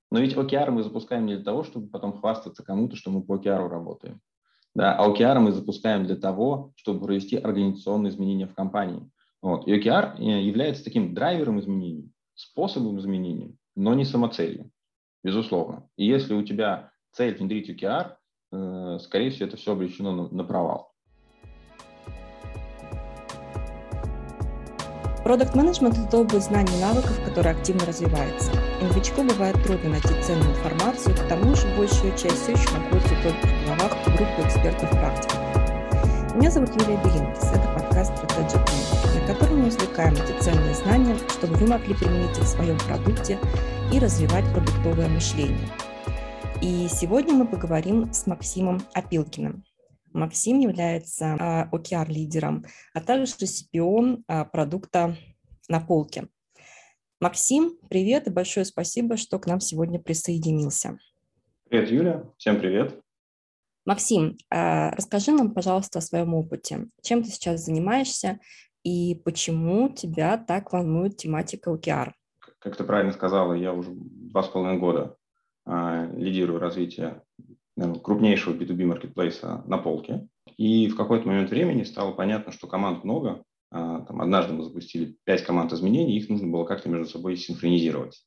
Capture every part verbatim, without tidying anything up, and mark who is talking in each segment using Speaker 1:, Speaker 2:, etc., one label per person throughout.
Speaker 1: Но ведь о кей ар мы запускаем не для того, чтобы потом хвастаться кому-то, что мы по о кей ар работаем. Да? А о кей ар мы запускаем для того, чтобы провести организационные изменения в компании. Вот. И о кей ар является таким драйвером изменений, способом изменений, но не самоцелью, безусловно. И если у тебя цель внедрить о кей ар, э, скорее всего, это все обречено на, на провал.
Speaker 2: Продакт-менеджмент – это область знаний и навыков, которая активно развивается. И новичку бывает трудно найти ценную информацию, к тому же большая часть все еще находится только в головах группы экспертов-практиков. Меня зовут Юлия Белинкис, это подкаст Strategy Plan, на котором мы извлекаем эти ценные знания, чтобы вы могли применить их в своем продукте и развивать продуктовое мышление. И сегодня мы поговорим с Максимом Опилкиным. Максим является о кей ар-лидером, а также си пи о продукта «На полке». Максим, привет и большое спасибо, что к нам сегодня присоединился.
Speaker 1: Привет, Юля. Всем привет.
Speaker 2: Максим, расскажи нам, пожалуйста, о своем опыте. Чем ты сейчас занимаешься и почему тебя так волнует тематика о кей ар?
Speaker 1: Как ты правильно сказала, я уже два с половиной года лидирую развитие крупнейшего би ту би маркетплейса «На полке». И в какой-то момент времени стало понятно, что команд много. Там однажды мы запустили пять команд изменений, их нужно было как-то между собой синхронизировать.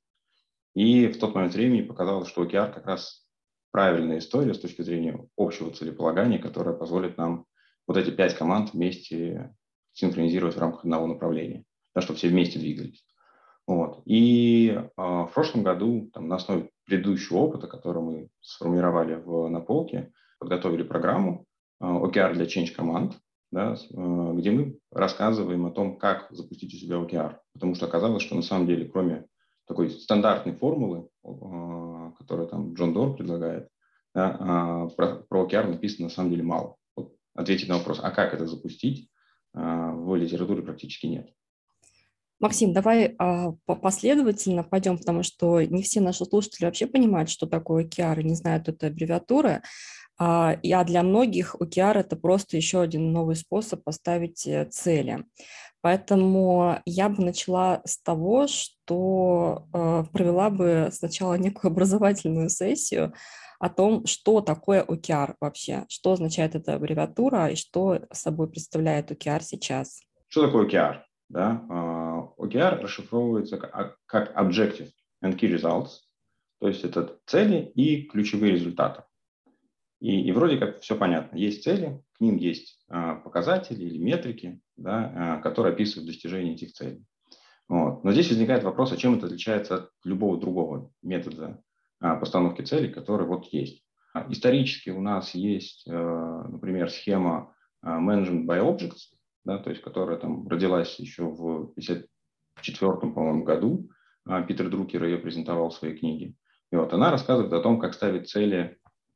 Speaker 1: И в тот момент времени показалось, что о кей ар как раз правильная история с точки зрения общего целеполагания, которая позволит нам вот эти пять команд вместе синхронизировать в рамках одного направления, да, чтобы все вместе двигались. Вот. И э, в прошлом году там, на основе предыдущего опыта, который мы сформировали в «На полке», подготовили программу э, о кей ар для Change команд, да, э, где мы рассказываем о том, как запустить у себя о кей ар. Потому что оказалось, что на самом деле, кроме такой стандартной формулы, э, которую там Джон Дор предлагает, да, э, про, про о кей ар написано на самом деле мало. Вот ответить на вопрос, а как это запустить, э, в литературе практически нет.
Speaker 2: Максим, давай а, последовательно пойдем, потому что не все наши слушатели вообще понимают, что такое о кей ар, и не знают этой аббревиатуры. А, а для многих о кей ар – это просто еще один новый способ поставить цели. Поэтому я бы начала с того, что э, провела бы сначала некую образовательную сессию о том, что такое о кей ар вообще, что означает эта аббревиатура и что собой представляет о кей ар сейчас.
Speaker 1: Что такое о кей ар? Да? о кей ар расшифровывается как Objective and Key Results, то есть это цели и ключевые результаты. И, и вроде как все понятно. Есть цели, к ним есть а, показатели или метрики, да, а, которые описывают достижение этих целей. Вот. Но здесь возникает вопрос, а чем это отличается от любого другого метода а, постановки целей, который вот есть. А, исторически у нас есть, а, например, схема а, Management by Objects, да, то есть которая там родилась еще в пятьдесят четвёртом, по-моему, году. А, Питер Друкер ее презентовал в своей книге. И вот она рассказывает о том, как ставить цели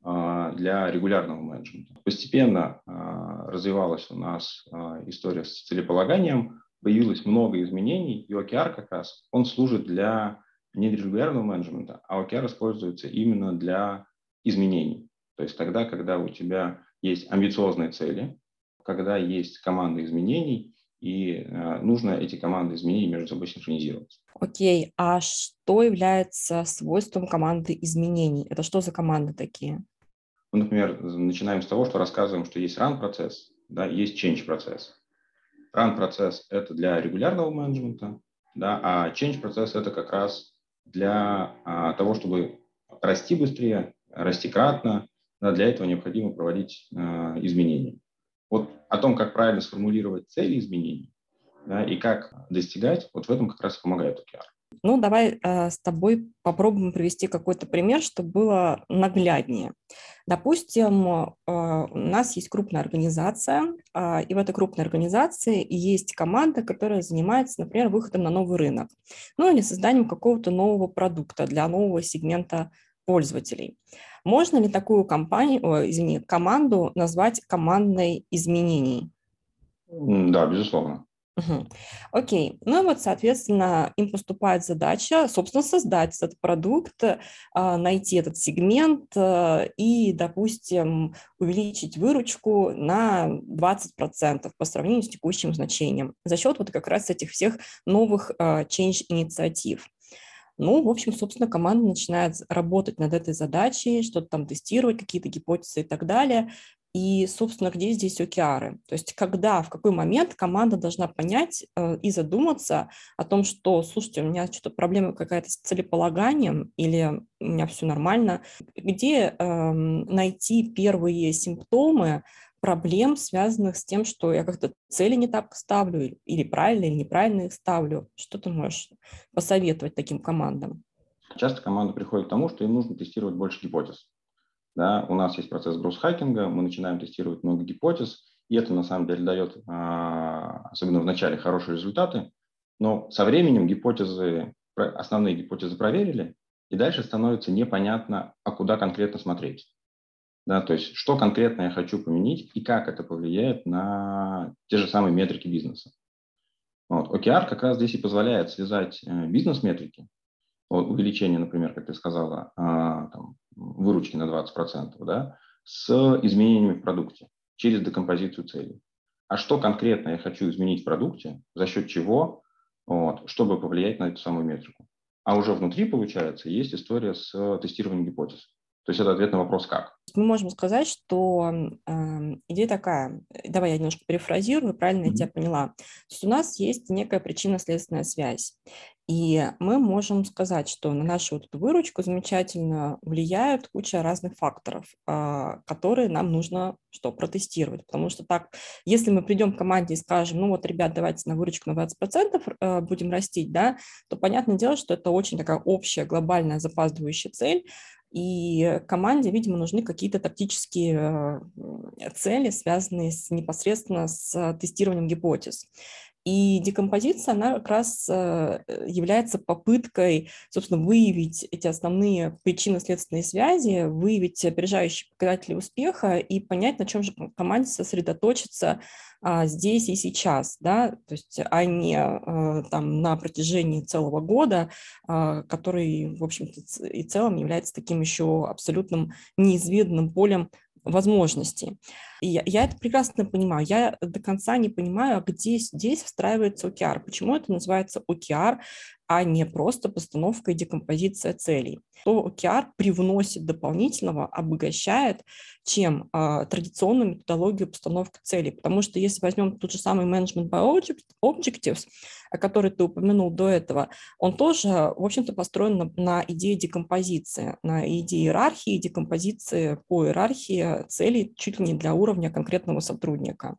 Speaker 1: для регулярного менеджмента. Постепенно а, развивалась у нас а, история с целеполаганием, появилось много изменений, и о кей ар как раз он служит для не для регулярного менеджмента, а о кей ар используется именно для изменений. То есть тогда, когда у тебя есть амбициозные цели, когда есть команда изменений, и э, нужно эти команды изменений между собой синхронизировать.
Speaker 2: Окей, а что является свойством команды изменений? Это что за команды такие?
Speaker 1: Ну, например, начинаем с того, что рассказываем, что есть run-процесс, да, есть change-процесс. Run-процесс – это для регулярного менеджмента, да, а change-процесс – это как раз для а, того, чтобы расти быстрее, расти кратно. Да, для этого необходимо проводить а, изменения. Вот о том, как правильно сформулировать цели изменений, да, и как достигать, вот в этом как раз помогает о кей ар.
Speaker 2: Ну, давай э, с тобой попробуем привести какой-то пример, чтобы было нагляднее. Допустим, э, у нас есть крупная организация, э, и в этой крупной организации есть команда, которая занимается, например, выходом на новый рынок, ну или созданием какого-то нового продукта для нового сегмента пользователей. Можно ли такую компанию, о, извини, команду назвать командой изменений?
Speaker 1: Да, безусловно.
Speaker 2: Угу. Окей. Ну и вот, соответственно, им поступает задача, собственно, создать этот продукт, найти этот сегмент и, допустим, увеличить выручку на двадцать процентов по сравнению с текущим значением за счет вот как раз этих всех новых change-инициатив. Ну, в общем, собственно, команда начинает работать над этой задачей, что-то там тестировать, какие-то гипотезы и так далее. И, собственно, где здесь о кей ар? То есть когда, в какой момент команда должна понять э, и задуматься о том, что, слушайте, у меня что-то проблема какая-то с целеполаганием или у меня все нормально, где э, найти первые симптомы проблем, связанных с тем, что я как-то цели не так ставлю или, или правильно, или неправильно их ставлю. Что ты можешь посоветовать таким командам?
Speaker 1: Часто команда приходит к тому, что им нужно тестировать больше гипотез. Да, у нас есть процесс гроусс-хакинга, мы начинаем тестировать много гипотез, и это на самом деле дает, особенно в начале, хорошие результаты, но со временем гипотезы, основные гипотезы проверили, и дальше становится непонятно, а куда конкретно смотреть. Да, то есть, что конкретно я хочу поменять и как это повлияет на те же самые метрики бизнеса. Вот. о кей ар как раз здесь и позволяет связать бизнес-метрики, увеличение, например, как ты сказала, там, выручки на двадцать процентов, да, с изменениями в продукте через декомпозицию целей. А что конкретно я хочу изменить в продукте, за счет чего, вот, чтобы повлиять на эту самую метрику. А уже внутри, получается, есть история с тестированием гипотез. То есть это ответ на вопрос «как?».
Speaker 2: Мы можем сказать, что э, идея такая, давай я немножко перефразирую, правильно mm-hmm. я тебя поняла. То есть у нас есть некая причинно-следственная связь, и мы можем сказать, что на нашу вот эту выручку замечательно влияют куча разных факторов, э, которые нам нужно что, протестировать, потому что так, если мы придем к команде и скажем, ну вот, ребят, давайте на выручку на двадцать процентов э, будем растить, да, то понятное дело, что это очень такая общая, глобальная, запаздывающая цель. И команде, видимо, нужны какие-то тактические цели, связанные с, непосредственно с тестированием гипотез. И декомпозиция, она как раз является попыткой, собственно, выявить эти основные причинно-следственные связи, выявить опережающие показатели успеха и понять, на чем же команде сосредоточиться а, здесь и сейчас, да, то есть, а не а, там на протяжении целого года, а, который, в общем-то, и целом является таким еще абсолютным неизведанным полем возможностей. И я, я это прекрасно понимаю. Я до конца не понимаю, где здесь встраивается о кей ар. Почему это называется о кей ар, а не просто постановка и декомпозиция целей. То о кей ар привносит дополнительного, обогащает, чем а, традиционную методологию постановки целей. Потому что если возьмем тот же самый Management by Objectives, о котором ты упомянул до этого, он тоже, в общем-то, построен на, на идее декомпозиции, на идее иерархии, декомпозиции по иерархии целей чуть ли не для уровня конкретного сотрудника.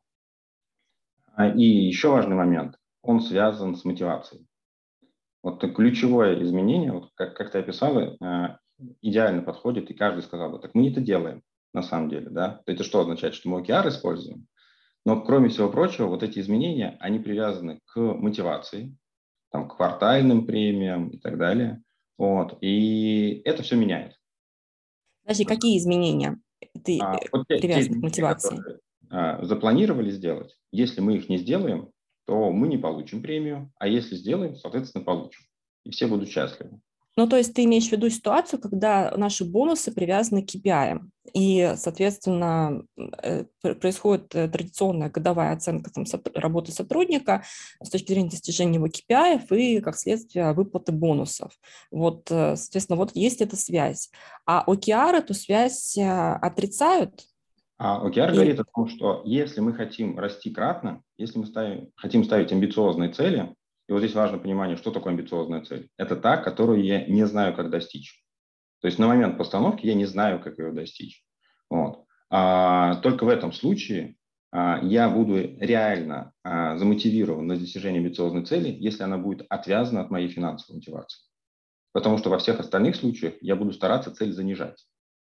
Speaker 1: И еще важный момент, он связан с мотивацией. Вот ключевое изменение, вот как, как ты описала, идеально подходит, и каждый сказал бы, так мы это делаем на самом деле, да? Это что означает, что мы о кей ар используем? Но кроме всего прочего, вот эти изменения, они привязаны к мотивации, там, к квартальным премиям и так далее. Вот. И это все меняет.
Speaker 2: Подожди, какие изменения ты
Speaker 1: а, вот
Speaker 2: привязаны к мотивации?
Speaker 1: Которые, а, запланировали сделать, если мы их не сделаем, то мы не получим премию, а если сделаем, соответственно, получим. И все будут счастливы.
Speaker 2: Ну, то есть ты имеешь в виду ситуацию, когда наши бонусы привязаны к кей пи ай, и, соответственно, происходит традиционная годовая оценка там, работы сотрудника с точки зрения достижения его кей пи ай и, как следствие, выплаты бонусов. Вот, соответственно, вот есть эта связь. А о кей ар эту связь отрицают?
Speaker 1: А о кей ар и... говорит о том, что если мы хотим расти кратно, если мы ставим, хотим ставить амбициозные цели, и вот здесь важно понимание, что такое амбициозная цель. Это та, которую я не знаю, как достичь. То есть на момент постановки я не знаю, как ее достичь. Вот. А, только в этом случае а, я буду реально а, замотивирован на достижение амбициозной цели, если она будет отвязана от моей финансовой мотивации. Потому что во всех остальных случаях я буду стараться цель занижать.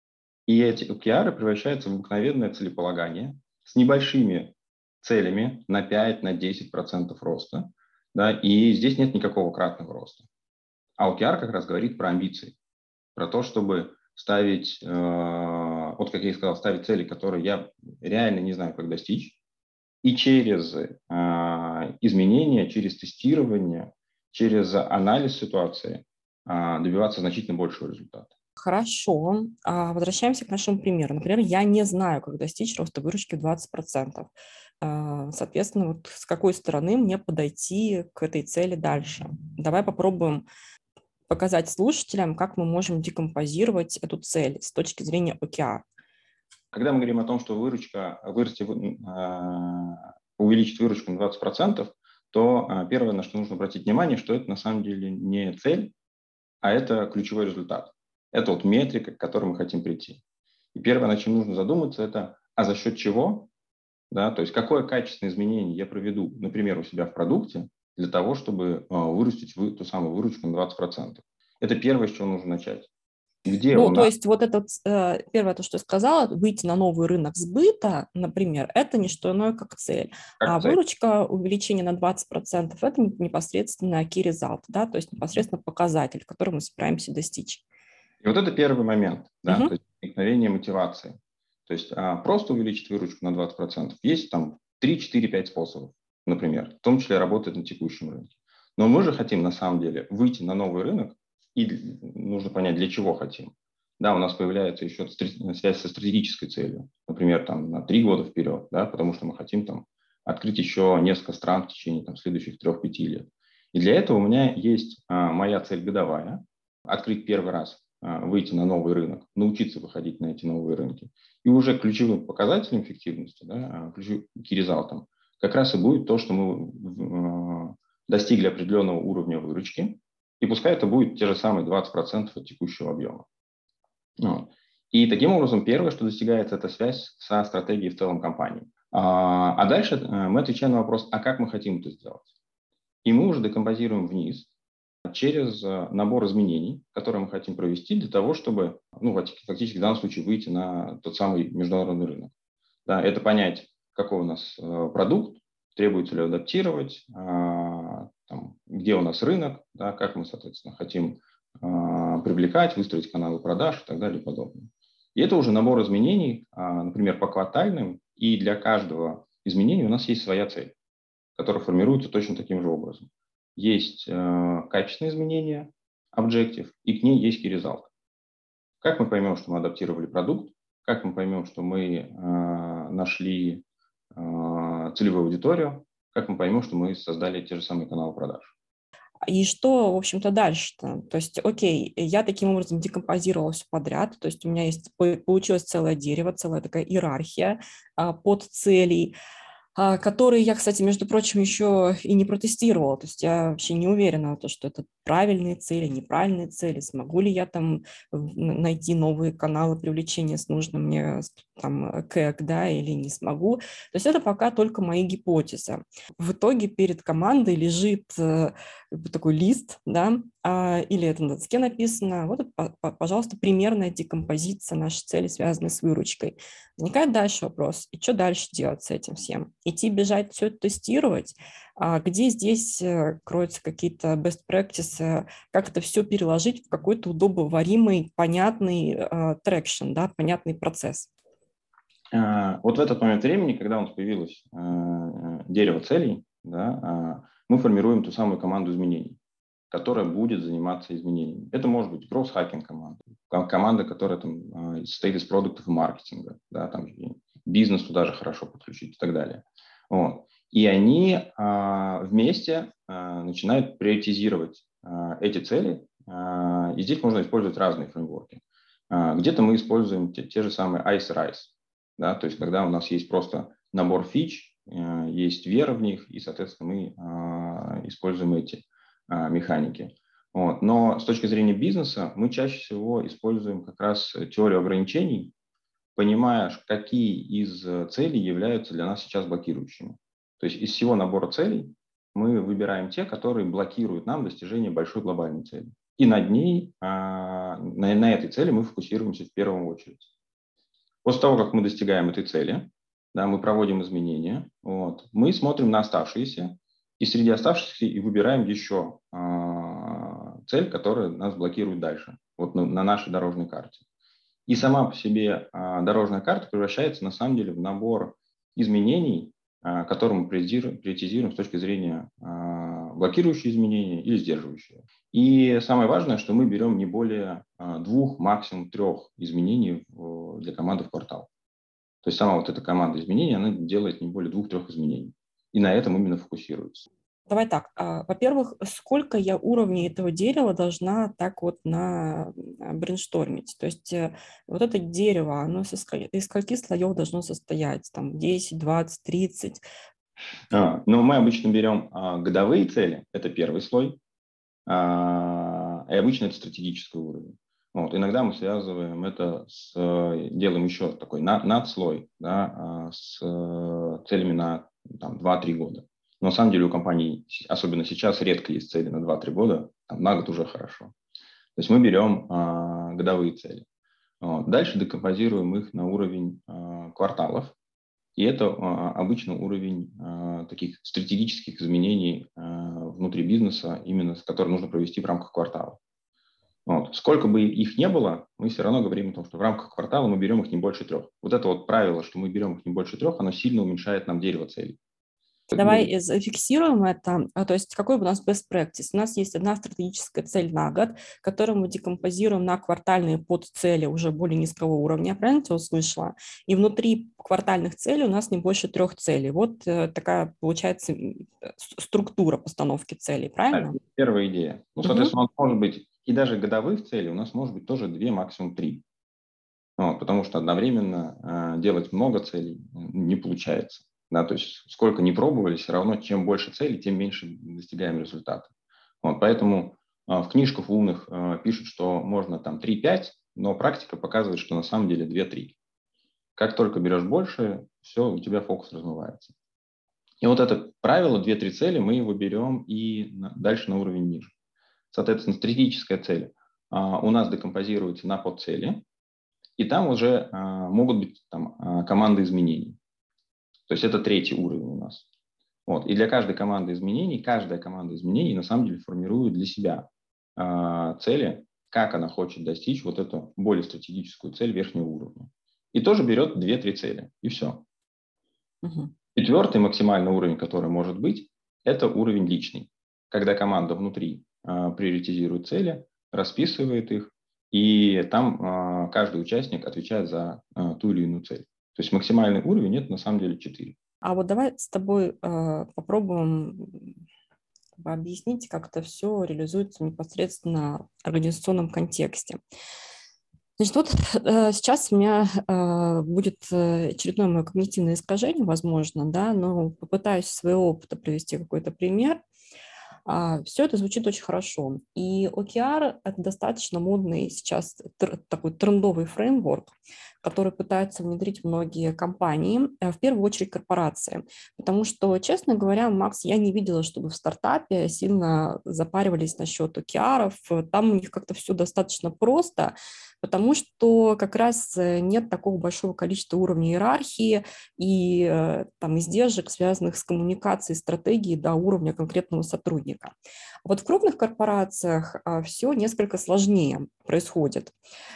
Speaker 1: И эти о кей ар превращаются в обыкновенное целеполагание с небольшими целями на пять-десять процентов роста. Да, и здесь нет никакого кратного роста. А о кей ар как раз говорит про амбиции, про то, чтобы ставить, э, вот как я и сказал, ставить цели, которые я реально не знаю, как достичь, и через э, изменения, через тестирование, через анализ ситуации э, добиваться значительно большего результата.
Speaker 2: Хорошо. Возвращаемся к нашему примеру. Например, я не знаю, как достичь роста выручки в двадцать процентов. Соответственно, вот с какой стороны мне подойти к этой цели дальше? Давай попробуем показать слушателям, как мы можем декомпозировать эту цель с точки зрения о ке ар.
Speaker 1: Когда мы говорим о том, что выручка, вырасти, увеличить выручку на двадцать процентов, то первое, на что нужно обратить внимание, что это на самом деле не цель, а это ключевой результат. Это вот метрика, к которой мы хотим прийти. И первое, над чем нужно задуматься, это а за счет чего, да, то есть какое качественное изменение я проведу, например, у себя в продукте, для того, чтобы вырастить ту самую выручку на двадцать процентов. Это первое, с чего нужно начать. Где
Speaker 2: ну,
Speaker 1: у
Speaker 2: то
Speaker 1: нас...
Speaker 2: есть вот это э, первое, то, что я сказала, выйти на новый рынок сбыта, например, это не что иное, как цель.
Speaker 1: Как
Speaker 2: а
Speaker 1: цель.
Speaker 2: Выручка, увеличение на двадцать процентов, это непосредственно key result, да, то есть непосредственно показатель, который мы собираемся достичь.
Speaker 1: И вот это первый момент, да,
Speaker 2: Угу.
Speaker 1: то есть возникновение мотивации. То есть а, просто увеличить выручку на двадцать процентов. Есть там три, четыре, пять способов, например, в том числе работать на текущем рынке. Но мы же хотим на самом деле выйти на новый рынок, и нужно понять, для чего хотим. Да, у нас появляется еще связь со стратегической целью, например, там, на три года вперед, да, потому что мы хотим там, открыть еще несколько стран в течение там, следующих трех-пяти лет. И для этого у меня есть а, моя цель годовая, открыть первый раз, а, выйти на новый рынок, научиться выходить на эти новые рынки. И уже ключевым показателем эффективности, да, ключевым key-результатом, как раз и будет то, что мы достигли определенного уровня выручки, и пускай это будет те же самые двадцать процентов от текущего объема. Вот. И таким образом первое, что достигается, это связь со стратегией в целом компании. А, а дальше мы отвечаем на вопрос, а как мы хотим это сделать? И мы уже декомпозируем вниз через набор изменений, которые мы хотим провести для того, чтобы, ну, фактически в данном случае выйти на тот самый международный рынок. Да, это понять, какой у нас продукт, требуется ли адаптировать, там, где у нас рынок, да, как мы, соответственно, хотим привлекать, выстроить каналы продаж и так далее и подобное. И это уже набор изменений, например, по квартальным, и для каждого изменения у нас есть своя цель, которая формируется точно таким же образом. Есть качественные изменения, objective, и к ней есть key result. Как мы поймем, что мы адаптировали продукт, как мы поймем, что мы нашли целевую аудиторию, как мы поймем, что мы создали те же самые каналы продаж.
Speaker 2: И что, в общем-то, дальше-то? То есть, окей, я таким образом декомпозировала все подряд, то есть у меня есть, получилось целое дерево, целая такая иерархия а, под целей, а, которые я, кстати, между прочим, еще и не протестировала. То есть я вообще не уверена, то, что это правильные цели, неправильные цели, смогу ли я там найти новые каналы привлечения с нужным мне там кэк, да, или не смогу. То есть это пока только мои гипотезы. В итоге перед командой лежит э, такой лист, да, а, или это на доске написано, вот, пожалуйста, примерная декомпозиция нашей цели, связанной с выручкой. Возникает дальше вопрос, и что дальше делать с этим всем? Идти бежать, все это тестировать? А где здесь кроются какие-то best practices, как это все переложить в какой-то удобоваримый, понятный uh, traction, да, понятный процесс?
Speaker 1: Вот в этот момент времени, когда у нас появилось э, дерево целей, да, э, мы формируем ту самую команду изменений, которая будет заниматься изменениями. Это может быть growth-hacking команда, команда, которая там, э, состоит из продуктов и маркетинга, да, там, бизнес туда же хорошо подключить и так далее. Вот. И они э, вместе э, начинают приоритизировать э, эти цели, э, и здесь можно использовать разные фреймворки. Э, где-то мы используем те, те же самые айс райс. Да, то есть, когда у нас есть просто набор фич, э, есть вера в них, и, соответственно, мы э, используем эти э, механики. Вот. Но с точки зрения бизнеса мы чаще всего используем как раз теорию ограничений, понимая, какие из целей являются для нас сейчас блокирующими. То есть из всего набора целей мы выбираем те, которые блокируют нам достижение большой глобальной цели. И над ней, э, на, на этой цели мы фокусируемся в первую очередь. После того, как мы достигаем этой цели, да, мы проводим изменения, вот, мы смотрим на оставшиеся, и среди оставшихся и выбираем еще э, цель, которая нас блокирует дальше, вот на, на нашей дорожной карте. И сама по себе э, дорожная карта превращается на самом деле в набор изменений, э, которые мы приоритизируем с точки зрения э, блокирующие изменения или сдерживающие. И самое важное, что мы берем не более э, двух, максимум трех изменений в, для команды в квартал. То есть сама вот эта команда изменений, она делает не более двух-трех изменений. И на этом именно фокусируется.
Speaker 2: Давай так. а, Во-первых, сколько я уровней этого дерева должна так вот на а, брейнштормить? То есть э, вот это дерево, оно со ска- из скольких слоев должно состоять? Там десять, двадцать, тридцать?
Speaker 1: А, ну, мы обычно берем а, годовые цели, это первый слой, а, и обычно это стратегический уровень. Вот. Иногда мы связываем это с, э, делаем еще такой на- надслой, да, а, с э, целями на там, два-три года. Но на самом деле у компаний, с- особенно сейчас, редко есть цели на два-три года, там, на год уже хорошо. То есть мы берем а, годовые цели. Вот. Дальше декомпозируем их на уровень а, кварталов. И это а, обычно уровень а, таких стратегических изменений а, внутри бизнеса, именно с которым нужно провести в рамках квартала. Вот. Сколько бы их не было, мы все равно говорим о том, что в рамках квартала мы берем их не больше трех. Вот это вот правило, что мы берем их не больше трех, оно сильно уменьшает нам дерево целей.
Speaker 2: Давай э, зафиксируем это. А, То есть какой у нас best practice? У нас есть одна стратегическая цель на год, которую мы декомпозируем на квартальные подцели уже более низкого уровня. Я правильно тебя услышала? И внутри квартальных целей у нас не больше трех целей. Вот э, такая получается м, э, с- структура постановки целей,
Speaker 1: Да,
Speaker 2: правильно?
Speaker 1: это первая идея. Ну,
Speaker 2: Мгм.
Speaker 1: соответственно, у нас может быть и даже годовых целей у нас может быть тоже две, максимум три. Вот, потому что одновременно э, делать много целей не получается. Да, то есть сколько ни пробовали, все равно чем больше целей, тем меньше достигаем результата. Вот, поэтому э, в книжках умных э, пишут, что можно там три-пять, но практика показывает, что на самом деле две-три. Как только берешь больше, все, у тебя фокус размывается. И вот это правило две-три цели, мы его берем и на, дальше на уровень ниже. Соответственно, стратегическая цель а, у нас декомпозируется на подцели, и там уже а, могут быть там, а, команды изменений. То есть это третий уровень у нас. Вот. И для каждой команды изменений, каждая команда изменений на самом деле формирует для себя а, цели, как она хочет достичь вот эту более стратегическую цель верхнего уровня. И тоже берет две-три цели, и все.
Speaker 2: Мгм.
Speaker 1: Четвертый максимальный уровень, который может быть, это уровень личный, когда команда внутри а, приоритизирует цели, расписывает их, и там а, каждый участник отвечает за а, ту или иную цель. То есть максимальный уровень – это на самом деле четыре.
Speaker 2: А вот давай с тобой э, попробуем м, как бы объяснить, как это все реализуется непосредственно в организационном контексте. Значит, вот э, сейчас у меня э, будет э, очередное мое когнитивное искажение, возможно, да, но попытаюсь из своего опыта привести какой-то пример. А, все это звучит очень хорошо. И о ке ар – это достаточно модный сейчас тр- такой трендовый фреймворк, который пытаются внедрить многие компании, э, в первую очередь корпорации. Потому что, честно говоря, Макс, я не видела, чтобы в стартапе сильно запаривались насчет о ке ар. Там у них как-то все достаточно просто, потому что как раз э, нет такого большого количества уровней иерархии и э, там издержек, связанных с коммуникацией, стратегией до уровня конкретного сотрудника. Вот в крупных корпорациях все несколько сложнее происходит.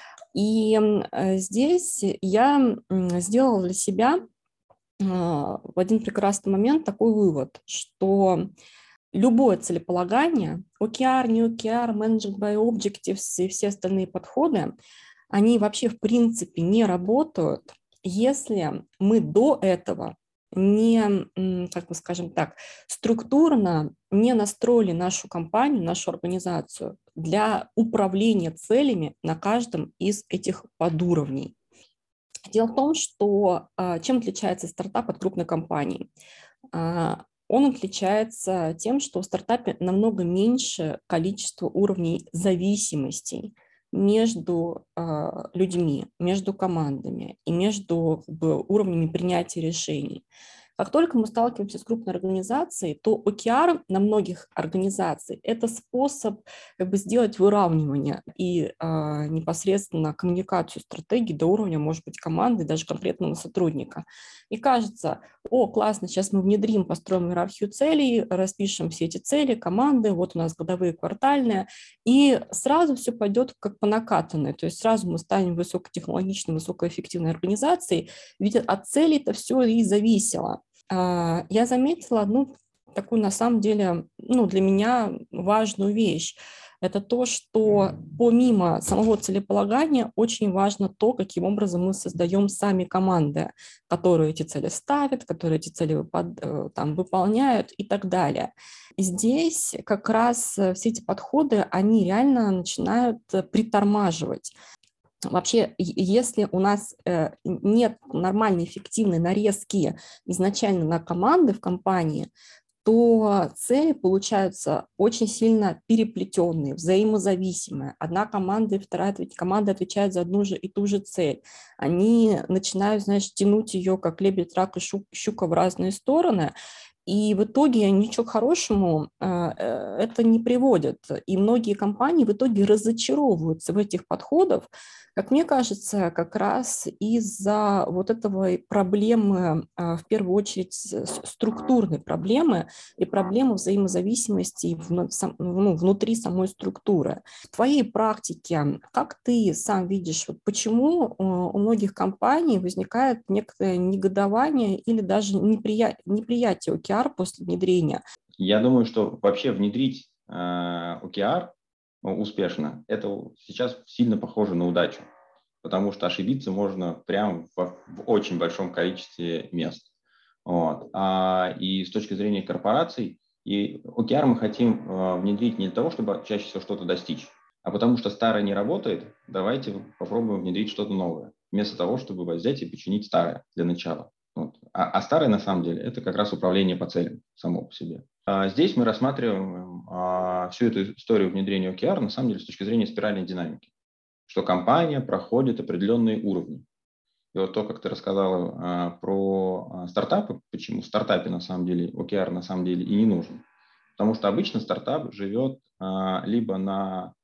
Speaker 2: И э, здесь я м, сделала для себя э, в один прекрасный момент такой вывод, что любое целеполагание, о ке ар, не о ке ар, Management by Objectives и все остальные подходы, они вообще в принципе не работают, если мы до этого не, м, как мы скажем так, структурно не настроили нашу компанию, нашу организацию для управления целями на каждом из этих подуровней. Дело в том, что а, чем отличается стартап от крупной компании? А, Он отличается тем, что в стартапе намного меньше количество уровней зависимостей между а, людьми, между командами и между как бы, уровнями принятия решений. Как только мы сталкиваемся с крупной организацией, то о ке ар на многих организаций – это способ как бы, сделать выравнивание и а, непосредственно коммуникацию стратегии до уровня, может быть, команды, даже конкретного сотрудника. И кажется, о, классно, сейчас мы внедрим, построим иерархию целей, распишем все эти цели, команды, вот у нас годовые, квартальные, и сразу все пойдет как по накатанной, то есть сразу мы станем высокотехнологичной, высокоэффективной организацией, ведь от целей это все и зависело. Я заметила одну такую, на самом деле, ну, для меня важную вещь. это то, что помимо самого целеполагания очень важно то, каким образом мы создаем сами команды, которые эти цели ставят, которые эти цели выпад- там, выполняют и так далее. И здесь как раз все эти подходы, они реально начинают притормаживать. Вообще, если у нас нет нормальной, эффективной нарезки изначально на команды в компании, то цели получаются очень сильно переплетенные, взаимозависимые. Одна команда и вторая команда отвечают за одну же и ту же цель. Они начинают, знаешь, тянуть ее, как лебедь, рак и щука, в разные стороны, и в итоге ничего к хорошему это не приводит. И многие компании в итоге разочаровываются в этих подходах, как мне кажется, как раз из-за вот этого проблемы, в первую очередь, структурной проблемы и проблемы взаимозависимости ну, внутри самой структуры. В твоей практике, как ты сам видишь, вот почему у многих компаний возникает некое негодование или даже неприятие, неприятие о ке ар после внедрения?
Speaker 1: Я думаю, что вообще внедрить э, о ке ар успешно, это сейчас сильно похоже на удачу, потому что ошибиться можно прямо в, в очень большом количестве мест. Вот. А, и с точки зрения корпораций, и о ке ар мы хотим э, внедрить не для того, чтобы чаще всего что-то достичь, а потому что старое не работает, давайте попробуем внедрить что-то новое, вместо того, чтобы взять и починить старое для начала. Вот. А, а старое, на самом деле, это как раз управление по целям само по себе. А здесь мы рассматриваем а, всю эту историю внедрения о ке ар, на самом деле, с точки зрения спиральной динамики, что компания проходит определенные уровни. И вот то, как ты рассказала а, про а, стартапы, почему в стартапе на самом деле о ке ар на самом деле и не нужен. Потому что обычно стартап живет а, либо на,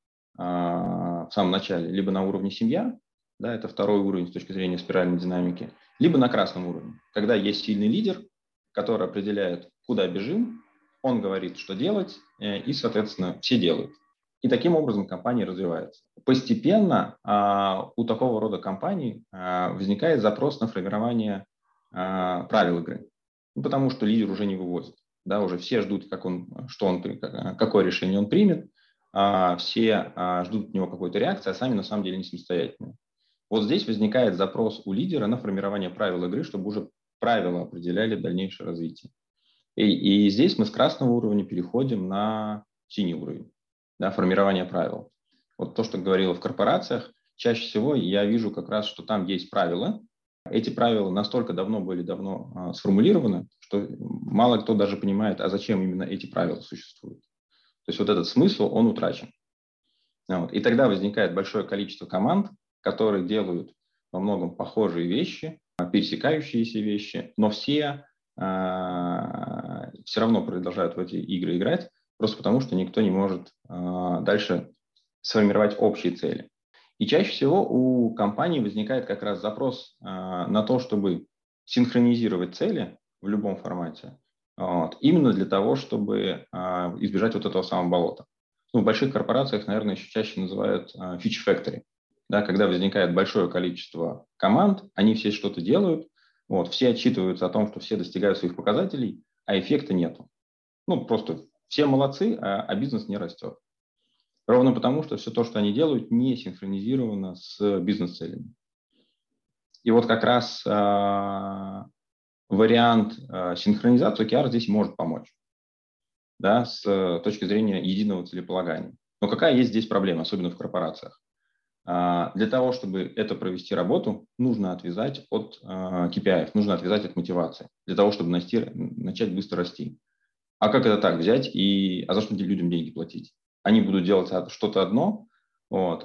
Speaker 1: а, в самом начале, либо на уровне семья, да, это второй уровень с точки зрения спиральной динамики, либо на красном уровне, когда есть сильный лидер, который определяет, куда бежим, он говорит, что делать, и, соответственно, все делают. И таким образом компания развивается. Постепенно а, у такого рода компаний а, возникает запрос на формирование а, правил игры, ну, потому что лидер уже не вывозит. Да, уже все ждут, как он, что он, какое решение он примет, а, все а, ждут от него какой-то реакции, а сами на самом деле не самостоятельные. Вот здесь возникает запрос у лидера на формирование правил игры, чтобы уже правила определяли дальнейшее развитие. И, и здесь мы с красного уровня переходим на синий уровень, да, формирование правил. Вот то, что говорила в корпорациях, чаще всего я вижу как раз, что там есть правила. Эти правила настолько давно были давно а, сформулированы, что мало кто даже понимает, а зачем именно эти правила существуют. То есть вот этот смысл, он утрачен. Вот. И тогда возникает большое количество команд, которые делают во многом похожие вещи, пересекающиеся вещи, но все а, все равно продолжают в эти игры играть, просто потому что никто не может а, дальше сформировать общие цели. И чаще всего у компаний возникает как раз запрос а, на то, чтобы синхронизировать цели в любом формате, вот, именно для того, чтобы а, избежать вот этого самого болота. Ну, в больших корпорациях, наверное, еще чаще называют а, feature factory, да, когда возникает большое количество команд, они все что-то делают, вот, все отчитываются о том, что все достигают своих показателей, а эффекта нету. Ну, просто все молодцы, а, а бизнес не растет. Ровно потому, что все то, что они делают, не синхронизировано с бизнес-целями. И вот как раз а, вариант а, синхронизации о ке ар здесь может помочь, да, с точки зрения единого целеполагания. Но какая есть здесь проблема, особенно в корпорациях? А, для того, чтобы это провести работу, нужно отвязать от а, кей пи ай, нужно отвязать от мотивации, для того, чтобы насти, начать быстро расти. А как это так взять и а за что людям деньги платить? Они будут делать что-то одно, вот,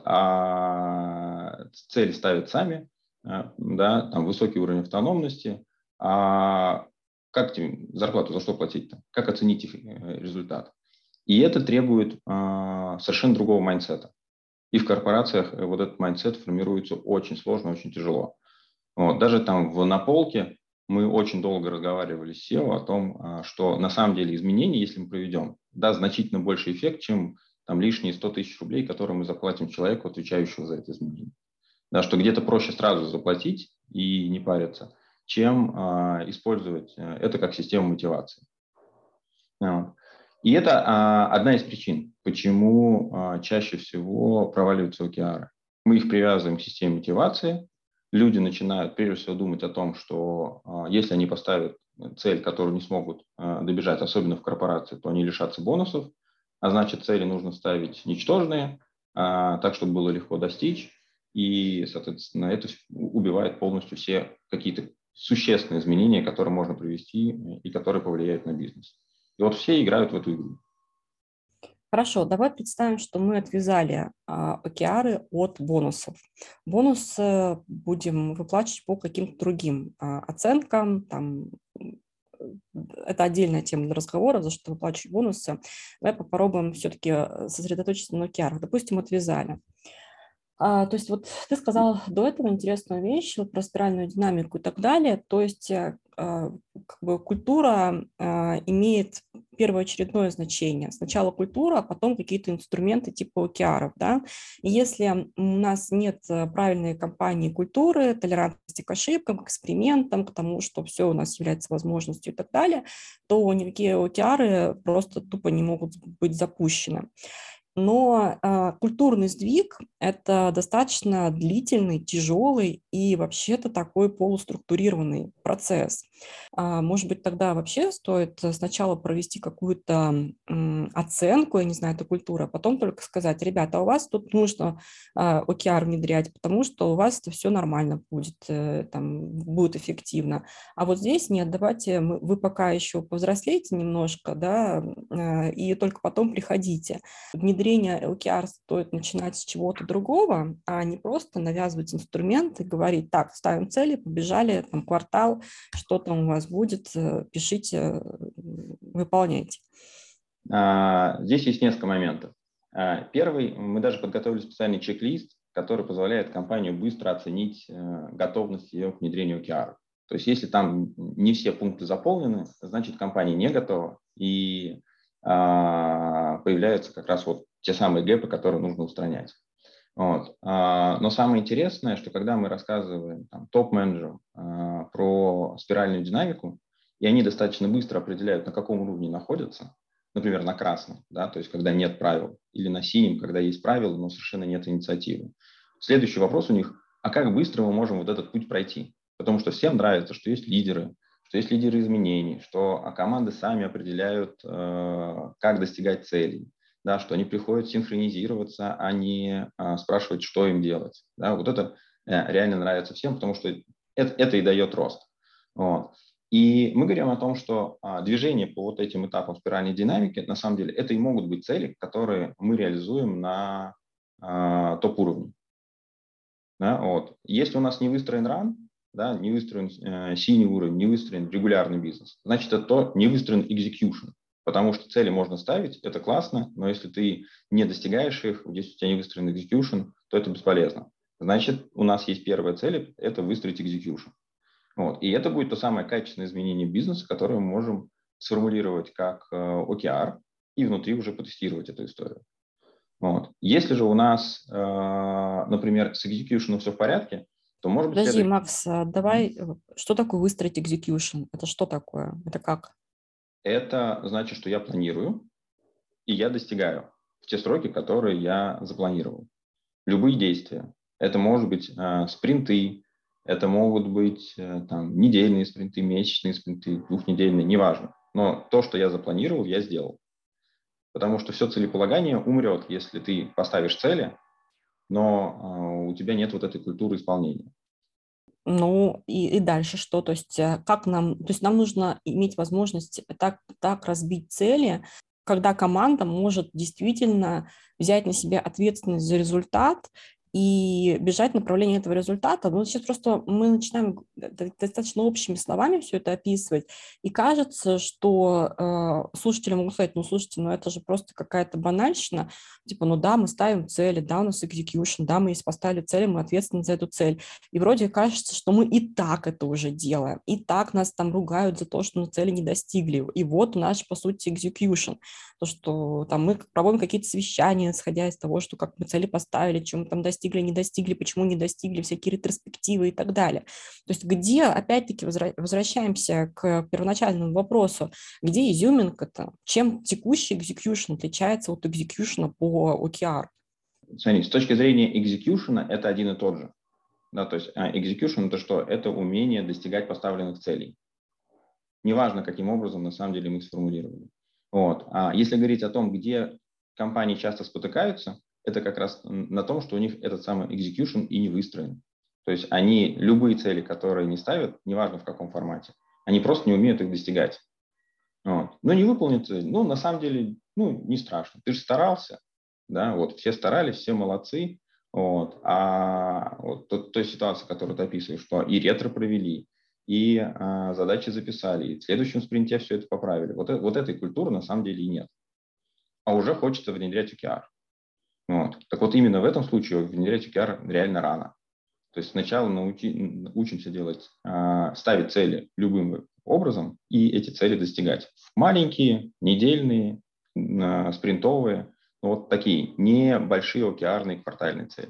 Speaker 1: а цели ставят сами, да, там высокий уровень автономности, а как им зарплату за что платить-то? Как оценить их результат? И это требует а, совершенно другого майндсета. И в корпорациях вот этот майндсет формируется очень сложно, очень тяжело. Вот, даже там в наполке мы очень долго разговаривали с сео о том, что на самом деле изменения, если мы проведем, даст значительно больше эффект, чем там лишние сто тысяч рублей, которые мы заплатим человеку, отвечающему за это изменение. Да, что где-то проще сразу заплатить и не париться, чем а, использовать это как систему мотивации. Вот. И это а, одна из причин. почему а, чаще всего проваливаются о кей ар. Мы их привязываем к системе мотивации. Люди начинают прежде всего думать о том, что а, если они поставят цель, которую не смогут а, добежать, особенно в корпорации, то они лишатся бонусов, а значит, цели нужно ставить ничтожные, а, так, чтобы было легко достичь, и, соответственно, это убивает полностью все какие-то существенные изменения, которые можно привести и которые повлияют на бизнес. И вот все играют в эту игру.
Speaker 2: Хорошо, давай представим, что мы отвязали а, о кей ар от бонусов. Бонусы будем выплачивать по каким-то другим а, оценкам. Там, это отдельная тема для разговора, за что выплачивать бонусы. Давай попробуем все-таки сосредоточиться на о кей ар. Допустим, отвязали. А, то есть вот ты сказал до этого интересную вещь вот про спиральную динамику и так далее. То есть а, как бы культура а, имеет первоочередное значение. Сначала культура, а потом какие-то инструменты типа о кей ар. Да? И если у нас нет правильной компании культуры, толерантности к ошибкам, к экспериментам, к тому, что все у нас является возможностью и так далее, то никакие о кей ар просто тупо не могут быть запущены. Но э, культурный сдвиг – это достаточно длительный, тяжелый и вообще-то такой полуструктурированный процесс. А, может быть, тогда вообще стоит сначала провести какую-то м, оценку, я не знаю, этой культуры, а потом только сказать: ребята, у вас тут нужно э, о кей ар внедрять, потому что у вас это все нормально будет, э, там, будет эффективно. А вот здесь нет, давайте мы, вы пока еще повзрослеете немножко, да, э, и только потом приходите. Внедрение о кей ар стоит начинать с чего-то другого, а не просто навязывать инструменты, говорить: так, ставим цели, побежали, там, квартал, что там у вас будет, пишите, выполняйте.
Speaker 1: Здесь есть несколько моментов. Первый, мы даже подготовили специальный чек-лист, который позволяет компании быстро оценить готовность ее к внедрению о кей ар. То есть если там не все пункты заполнены, значит, компания не готова, и появляются как раз вот те самые гэпы, которые нужно устранять. Вот. Но самое интересное, что когда мы рассказываем там, топ-менеджерам про спиральную динамику, и они достаточно быстро определяют, на каком уровне находятся, например, на красном, да, то есть когда нет правил, или на синем, когда есть правила, но совершенно нет инициативы. Следующий вопрос у них: а как быстро мы можем вот этот путь пройти? Потому что всем нравится, что есть лидеры, что есть лидеры изменений, что команды сами определяют, как достигать целей, да, что они приходят синхронизироваться, а не спрашивать, что им делать. Да, вот это реально нравится всем, потому что это, это и дает рост. Вот. И мы говорим о том, что движение по вот этим этапам спиральной динамики, на самом деле, это и могут быть цели, которые мы реализуем на топ-уровне. Да, вот. Если у нас не выстроен ран, да, не выстроен э, синий уровень, не выстроен регулярный бизнес, значит, это то, не выстроен execution. Потому что цели можно ставить, это классно, но если ты не достигаешь их, если у тебя не выстроен execution, то это бесполезно. Значит, у нас есть первая цель – это выстроить execution. Вот. И это будет то самое качественное изменение бизнеса, которое мы можем сформулировать как э, о кей ар и внутри уже потестировать эту историю. Вот. Если же у нас, э, например, с execution все в порядке, то может быть...
Speaker 2: Подожди,
Speaker 1: следующий...
Speaker 2: Макс, давай, что такое выстроить execution? Это что такое? Это как?
Speaker 1: Это значит, что я планирую, и я достигаю в те сроки, которые я запланировал. Любые действия. Это может быть э, спринты, это могут быть э, там, недельные спринты, месячные спринты, двухнедельные, неважно. Но то, что я запланировал, я сделал. Потому что все целеполагание умрет, если ты поставишь цели, но э, у тебя нет вот этой культуры исполнения.
Speaker 2: Ну и, и дальше что? То есть как нам, то есть нам нужно иметь возможность так, так разбить цели, когда команда может действительно взять на себя ответственность за результат и бежать в направлении этого результата. Ну, сейчас просто мы начинаем достаточно общими словами все это описывать, и кажется, что э, слушатели могут сказать: ну, слушайте, ну это же просто какая-то банальщина, типа, ну да, мы ставим цели, да, у нас execution, да, мы если поставили цель, мы ответственны за эту цель. И вроде кажется, что мы и так это уже делаем, и так нас там ругают за то, что мы цели не достигли, и вот наш, по сути, execution. То, что там мы проводим какие-то совещания, исходя из того, что как мы цели поставили, чем мы там достигли, достигли, не достигли, почему не достигли, всякие ретроспективы и так далее. То есть где, опять-таки, возвращаемся к первоначальному вопросу, где изюминка-то, чем текущий execution отличается от execution по о кей ар?
Speaker 1: Смотри, с точки зрения execution это один и тот же. Да, то есть execution это что? Это умение достигать поставленных целей. Неважно, каким образом на самом деле мы их сформулировали. Вот. А если говорить о том, где компании часто спотыкаются, это как раз на том, что у них этот самый execution и не выстроен. То есть они любые цели, которые не ставят, неважно в каком формате, они просто не умеют их достигать. Вот. Ну, не выполнить цель, ну, на самом деле, ну, не страшно. Ты же старался, да, вот, все старались, все молодцы. Вот. А вот то, той ситуации, которую ты описываешь, что и ретро провели, и а, задачи записали, и в следующем спринте все это поправили. Вот, вот этой культуры на самом деле и нет. А уже хочется внедрять о кей ар. Вот. Так вот именно в этом случае внедрять о кей ар реально рано. То есть сначала научи, учимся делать, а, ставить цели любым образом и эти цели достигать. Маленькие, недельные, а, спринтовые, вот такие небольшие о кей ар-ные квартальные цели.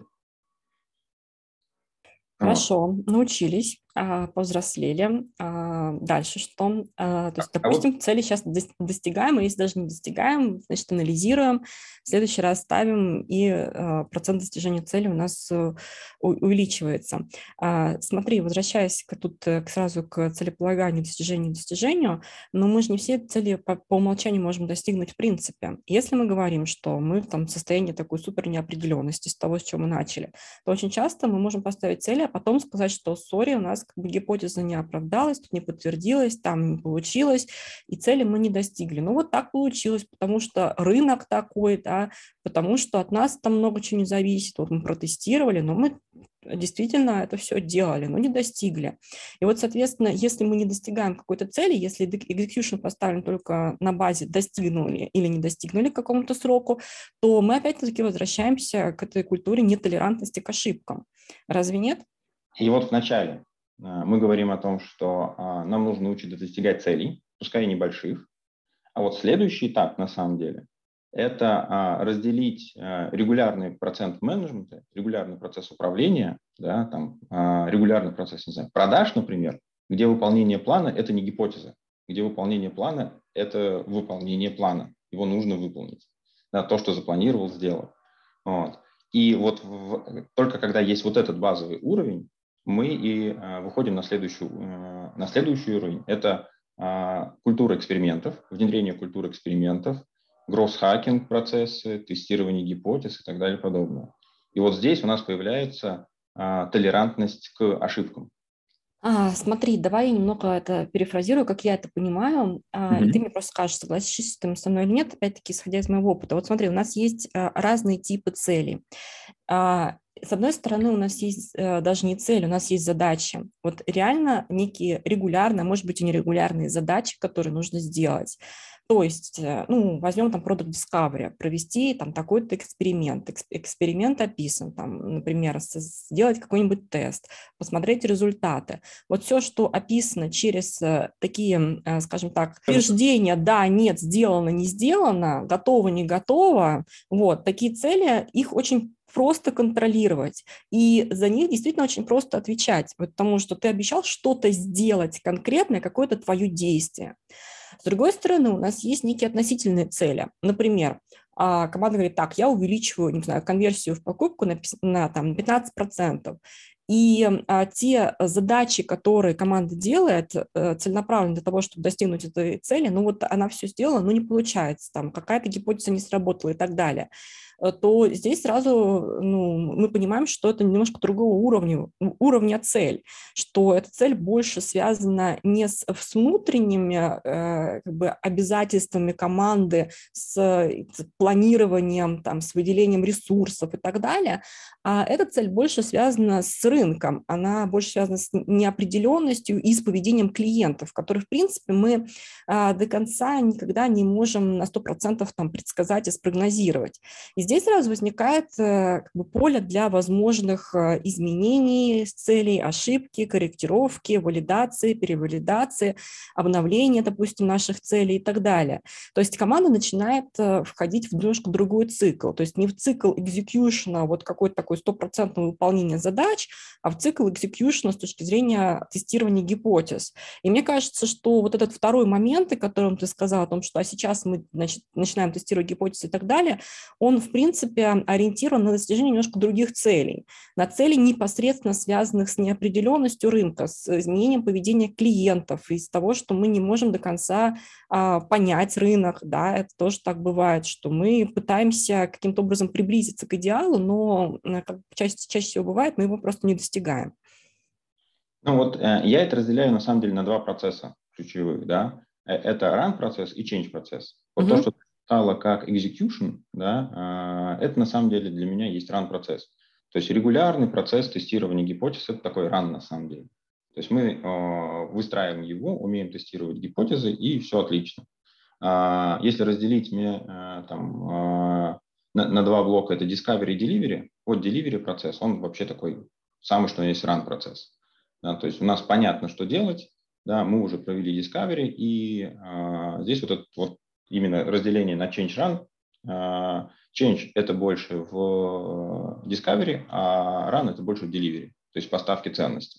Speaker 2: Хорошо, вот. Научились, повзрослели. Дальше что? То есть, допустим, а вот... цели сейчас достигаем, и если даже не достигаем, значит, анализируем, в следующий раз ставим, и процент достижения цели у нас увеличивается. Смотри, возвращаясь тут сразу к целеполаганию, достижению, достижению, но мы же не все цели по, по умолчанию можем достигнуть в принципе. Если мы говорим, что мы там в состоянии такой супер неопределенности с того, с чего мы начали, то очень часто мы можем поставить цели, а потом сказать, что, сори, у нас как бы гипотеза не оправдалась, тут не подтвердилась, там не получилось, и цели мы не достигли. Ну вот так получилось, потому что рынок такой, да, потому что от нас там много чего не зависит. Вот мы протестировали, но мы действительно это все делали, но не достигли. И вот, соответственно, если мы не достигаем какой-то цели, если execution поставлен только на базе достигнули или не достигнули к какому-то сроку, то мы опять-таки возвращаемся к этой культуре нетолерантности к ошибкам. Разве нет?
Speaker 1: И вот вначале мы говорим о том, что нам нужно учиться достигать целей, пускай и небольших. А вот следующий этап, на самом деле, это разделить регулярный процент менеджмента, регулярный процесс управления, да, там, регулярный процесс, не знаю, продаж, например, где выполнение плана – это не гипотеза, где выполнение плана – это выполнение плана, его нужно выполнить. Да, то, что запланировал, сделал. Вот. И вот в, только когда есть вот этот базовый уровень, мы и а, выходим на следующий, а, на следующий уровень. Это а, культура экспериментов, внедрение культуры экспериментов, гросс-хакинг процессы, тестирование гипотез и так далее и подобное. И вот здесь у нас появляется а, толерантность к ошибкам.
Speaker 2: А, смотри, давай я немного это перефразирую, как я это понимаю, а, mm-hmm. и ты мне просто скажешь, согласишься ты со мной или нет, опять-таки, исходя из моего опыта. Вот смотри, у нас есть а, разные типы целей. А, с одной стороны, у нас есть а, даже не цель, у нас есть задачи. Вот реально некие регулярные, может быть, и нерегулярные задачи, которые нужно сделать. То есть, ну, возьмем там Product Discovery, провести там такой-то эксперимент. Эксперимент описан, там, например, сделать какой-нибудь тест, посмотреть результаты. Вот все, что описано через такие, скажем так, утверждения, да, нет, сделано, не сделано, готово, не готово, вот, такие цели, их очень просто контролировать, и за них действительно очень просто отвечать, потому что ты обещал что-то сделать конкретное, какое-то твое действие. С другой стороны, у нас есть некие относительные цели. Например, команда говорит, так, я увеличиваю, не знаю, конверсию в покупку на, на там, пятнадцать процентов. И а, те задачи, которые команда делает, а, целенаправленно для того, чтобы достигнуть этой цели, ну вот она все сделала, но не получается, там какая-то гипотеза не сработала и так далее, то здесь сразу ну, мы понимаем, что это немножко другого уровня, уровня цель, что эта цель больше связана не с, с внутренними э, как бы обязательствами команды, с, с планированием, там, с выделением ресурсов и так далее, а эта цель больше связана с рынком, она больше связана с неопределенностью и с поведением клиентов, которые, в принципе, мы до конца никогда не можем на сто процентов там предсказать и спрогнозировать. И здесь сразу возникает как бы поле для возможных изменений целей, ошибки, корректировки, валидации, перевалидации, обновления, допустим, наших целей и так далее. То есть команда начинает входить в немножко другой цикл, то есть не в цикл экзекьюшена, вот какой-то такой стопроцентного выполнения задач, а в цикл экзекьюшена с точки зрения тестирования гипотез. И мне кажется, что вот этот второй момент, о котором ты сказал, о том, что а сейчас мы, значит, начинаем тестировать гипотезы и так далее, он, в принципе, ориентирован на достижение немножко других целей, на цели, непосредственно связанных с неопределенностью рынка, с изменением поведения клиентов, из того, что мы не можем до конца а, понять рынок, да, это тоже так бывает, что мы пытаемся каким-то образом приблизиться к идеалу, но как чаще, чаще всего бывает, мы его просто не достигаем.
Speaker 1: Ну вот э, я это разделяю на самом деле на два процесса ключевых, да. Это run процесс и change процесс. Вот угу. То, что стало как execution, да, э, это на самом деле для меня есть run процесс. То есть регулярный процесс тестирования гипотез – это такой run на самом деле. То есть мы э, выстраиваем его, умеем тестировать гипотезы, и все отлично. Э, если разделить мне э, там, э, на, на два блока, это discovery и delivery, вот delivery процесс, он вообще такой самый, что есть run процесс. Да, то есть у нас понятно, что делать, да, мы уже провели discovery, и э, здесь вот это вот именно разделение на change run. Э, change – это больше в discovery, а run – это больше в delivery, то есть поставки ценностей.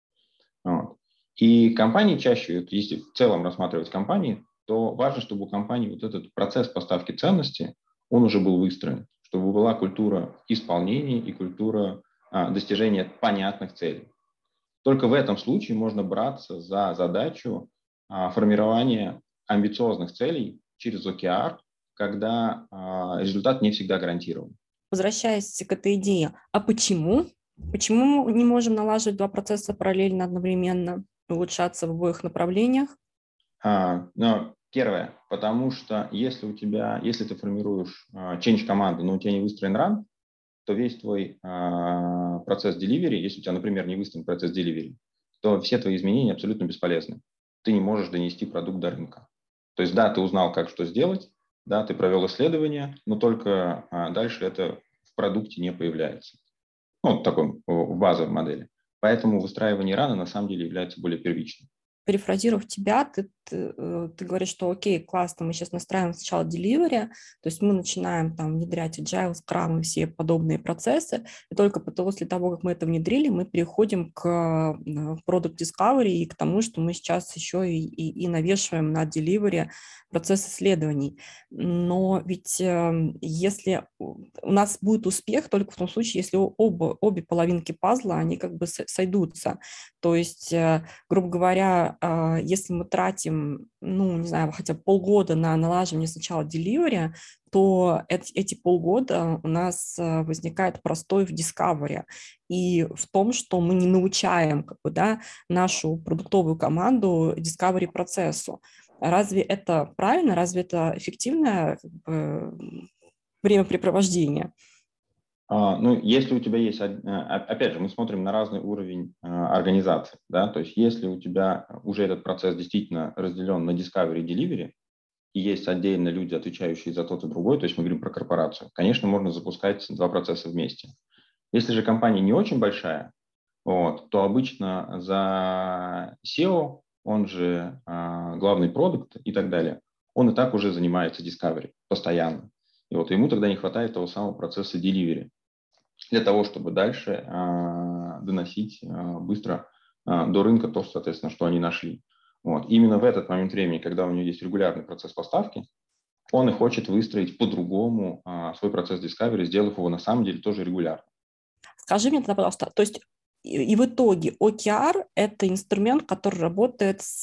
Speaker 1: Вот. И компании чаще, если в целом рассматривать компании, то важно, чтобы у компании вот этот процесс поставки ценностей, он уже был выстроен, чтобы была культура исполнения и культура э, достижения понятных целей. Только в этом случае можно браться за задачу а, формирования амбициозных целей через о кей ар, когда а, результат не всегда гарантирован.
Speaker 2: Возвращаясь к этой идее, а почему? Почему мы не можем налаживать два процесса параллельно, одновременно, улучшаться в обоих направлениях?
Speaker 1: А, ну, первое, потому что если у тебя, если ты формируешь а, change команду, но у тебя не выстроен run, то весь твой э, процесс delivery, если у тебя, например, не выстроен процесс delivery, то все твои изменения абсолютно бесполезны. Ты не можешь донести продукт до рынка. То есть, да, ты узнал, как что сделать, да, ты провел исследование, но только э, дальше это в продукте не появляется. Ну, в такой в базовой модели. Поэтому выстраивание рана на самом деле является более первичным.
Speaker 2: Перефразировав тебя, ты, ты, ты говоришь, что окей, классно, мы сейчас настраиваем сначала delivery, то есть мы начинаем там внедрять agile, scrum и все подобные процессы, и только после того, как мы это внедрили, мы переходим к product discovery и к тому, что мы сейчас еще и, и, и навешиваем на delivery процесс исследований. Но ведь если у нас будет успех только в том случае, если оба, обе половинки пазла, они как бы сойдутся. То есть, грубо говоря, если мы тратим, ну, не знаю, хотя бы полгода на налаживание сначала delivery, то эти, эти полгода у нас возникает простой в discovery и в том, что мы не научаем как бы, да, нашу продуктовую команду discovery процессу. Разве это правильно? Разве это эффективное как бы, времяпрепровождение?
Speaker 1: А, ну, если у тебя есть, опять же, мы смотрим на разный уровень организации, да, то есть если у тебя уже этот процесс действительно разделен на discovery и delivery, и есть отдельно люди, отвечающие за тот и другой, то есть мы говорим про корпорацию, конечно, можно запускать два процесса вместе. Если же компания не очень большая, вот, то обычно за сео, он же э, главный продукт и так далее, он и так уже занимается discovery постоянно. И вот ему тогда не хватает того самого процесса delivery для того, чтобы дальше э, доносить э, быстро э, до рынка то, соответственно, что они нашли. Вот. Именно в этот момент времени, когда у него есть регулярный процесс поставки, он и хочет выстроить по-другому э, свой процесс discovery, сделав его на самом деле тоже регулярно.
Speaker 2: Скажи мне тогда, пожалуйста, то есть и, и в итоге о кей ар – это инструмент, который работает с,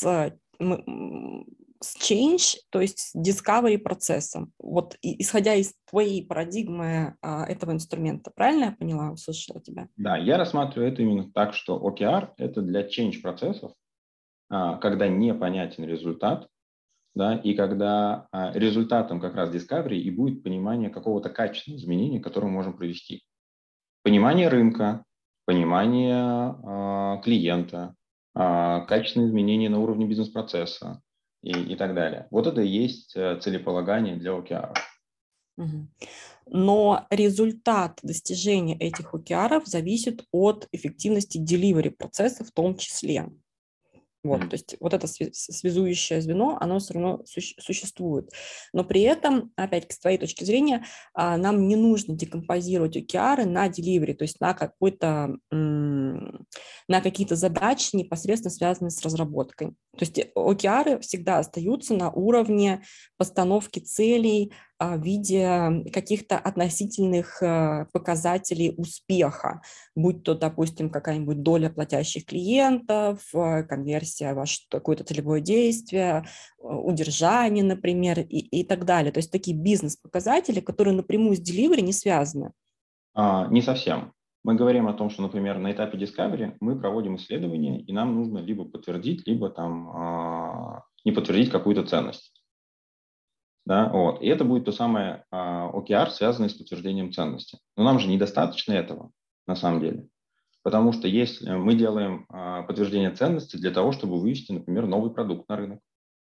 Speaker 2: с change, то есть с discovery процессом. Вот и, исходя из твоей парадигмы а, этого инструмента, правильно я поняла, услышала тебя?
Speaker 1: Да, я рассматриваю это именно так, что о кей ар – это для change процессов, а, когда непонятен результат, да, и когда а, результатом как раз discovery и будет понимание какого-то качественного изменения, которое мы можем провести. Понимание рынка, понимание э, клиента, э, качественные изменения на уровне бизнес-процесса и, и так далее. Вот это и есть целеполагание для о кей ар.
Speaker 2: Мгм. Но результат достижения этих о кей ар зависит от эффективности delivery процесса в том числе. Вот,
Speaker 1: Мгм.
Speaker 2: то есть вот это связующее звено, оно все равно суще- существует. Но при этом, опять с твоей точки зрения, а, нам не нужно декомпозировать о кей ар на delivery, то есть на какой-то, м, на какие-то задачи, непосредственно связанные с разработкой. То есть о кей ар всегда остаются на уровне постановки целей а, в виде каких-то относительных а, показателей успеха, будь то, допустим, какая-нибудь доля платящих клиентов, э, конверсия, ваше какое-то целевое действие, э, удержание, например, и, и так далее. То есть такие бизнес-показатели, которые напрямую с delivery не связаны.
Speaker 1: А, не совсем. Мы говорим о том, что, например, на этапе Discovery мы проводим исследования, и нам нужно либо подтвердить, либо там а, не подтвердить какую-то ценность. Да, вот. И это будет то самое а, о кей ар, связанное с подтверждением ценности. Но нам же недостаточно этого, на самом деле. Потому что если мы делаем а, подтверждение ценности для того, чтобы вывести, например, новый продукт на рынок.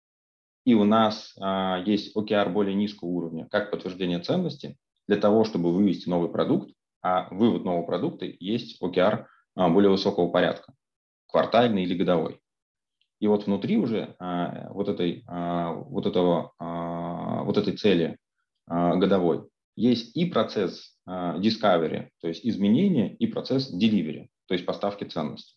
Speaker 1: И у нас а, есть о кей ар более низкого уровня, как подтверждение ценности, для того, чтобы вывести новый продукт, а вывод нового продукта есть о кей ар а, более высокого порядка, квартальный или годовой. И вот внутри уже а, вот, этой, а, вот, этого, а, вот этой цели а, годовой есть и процесс а, discovery, то есть изменения, и процесс delivery, то есть поставки ценности.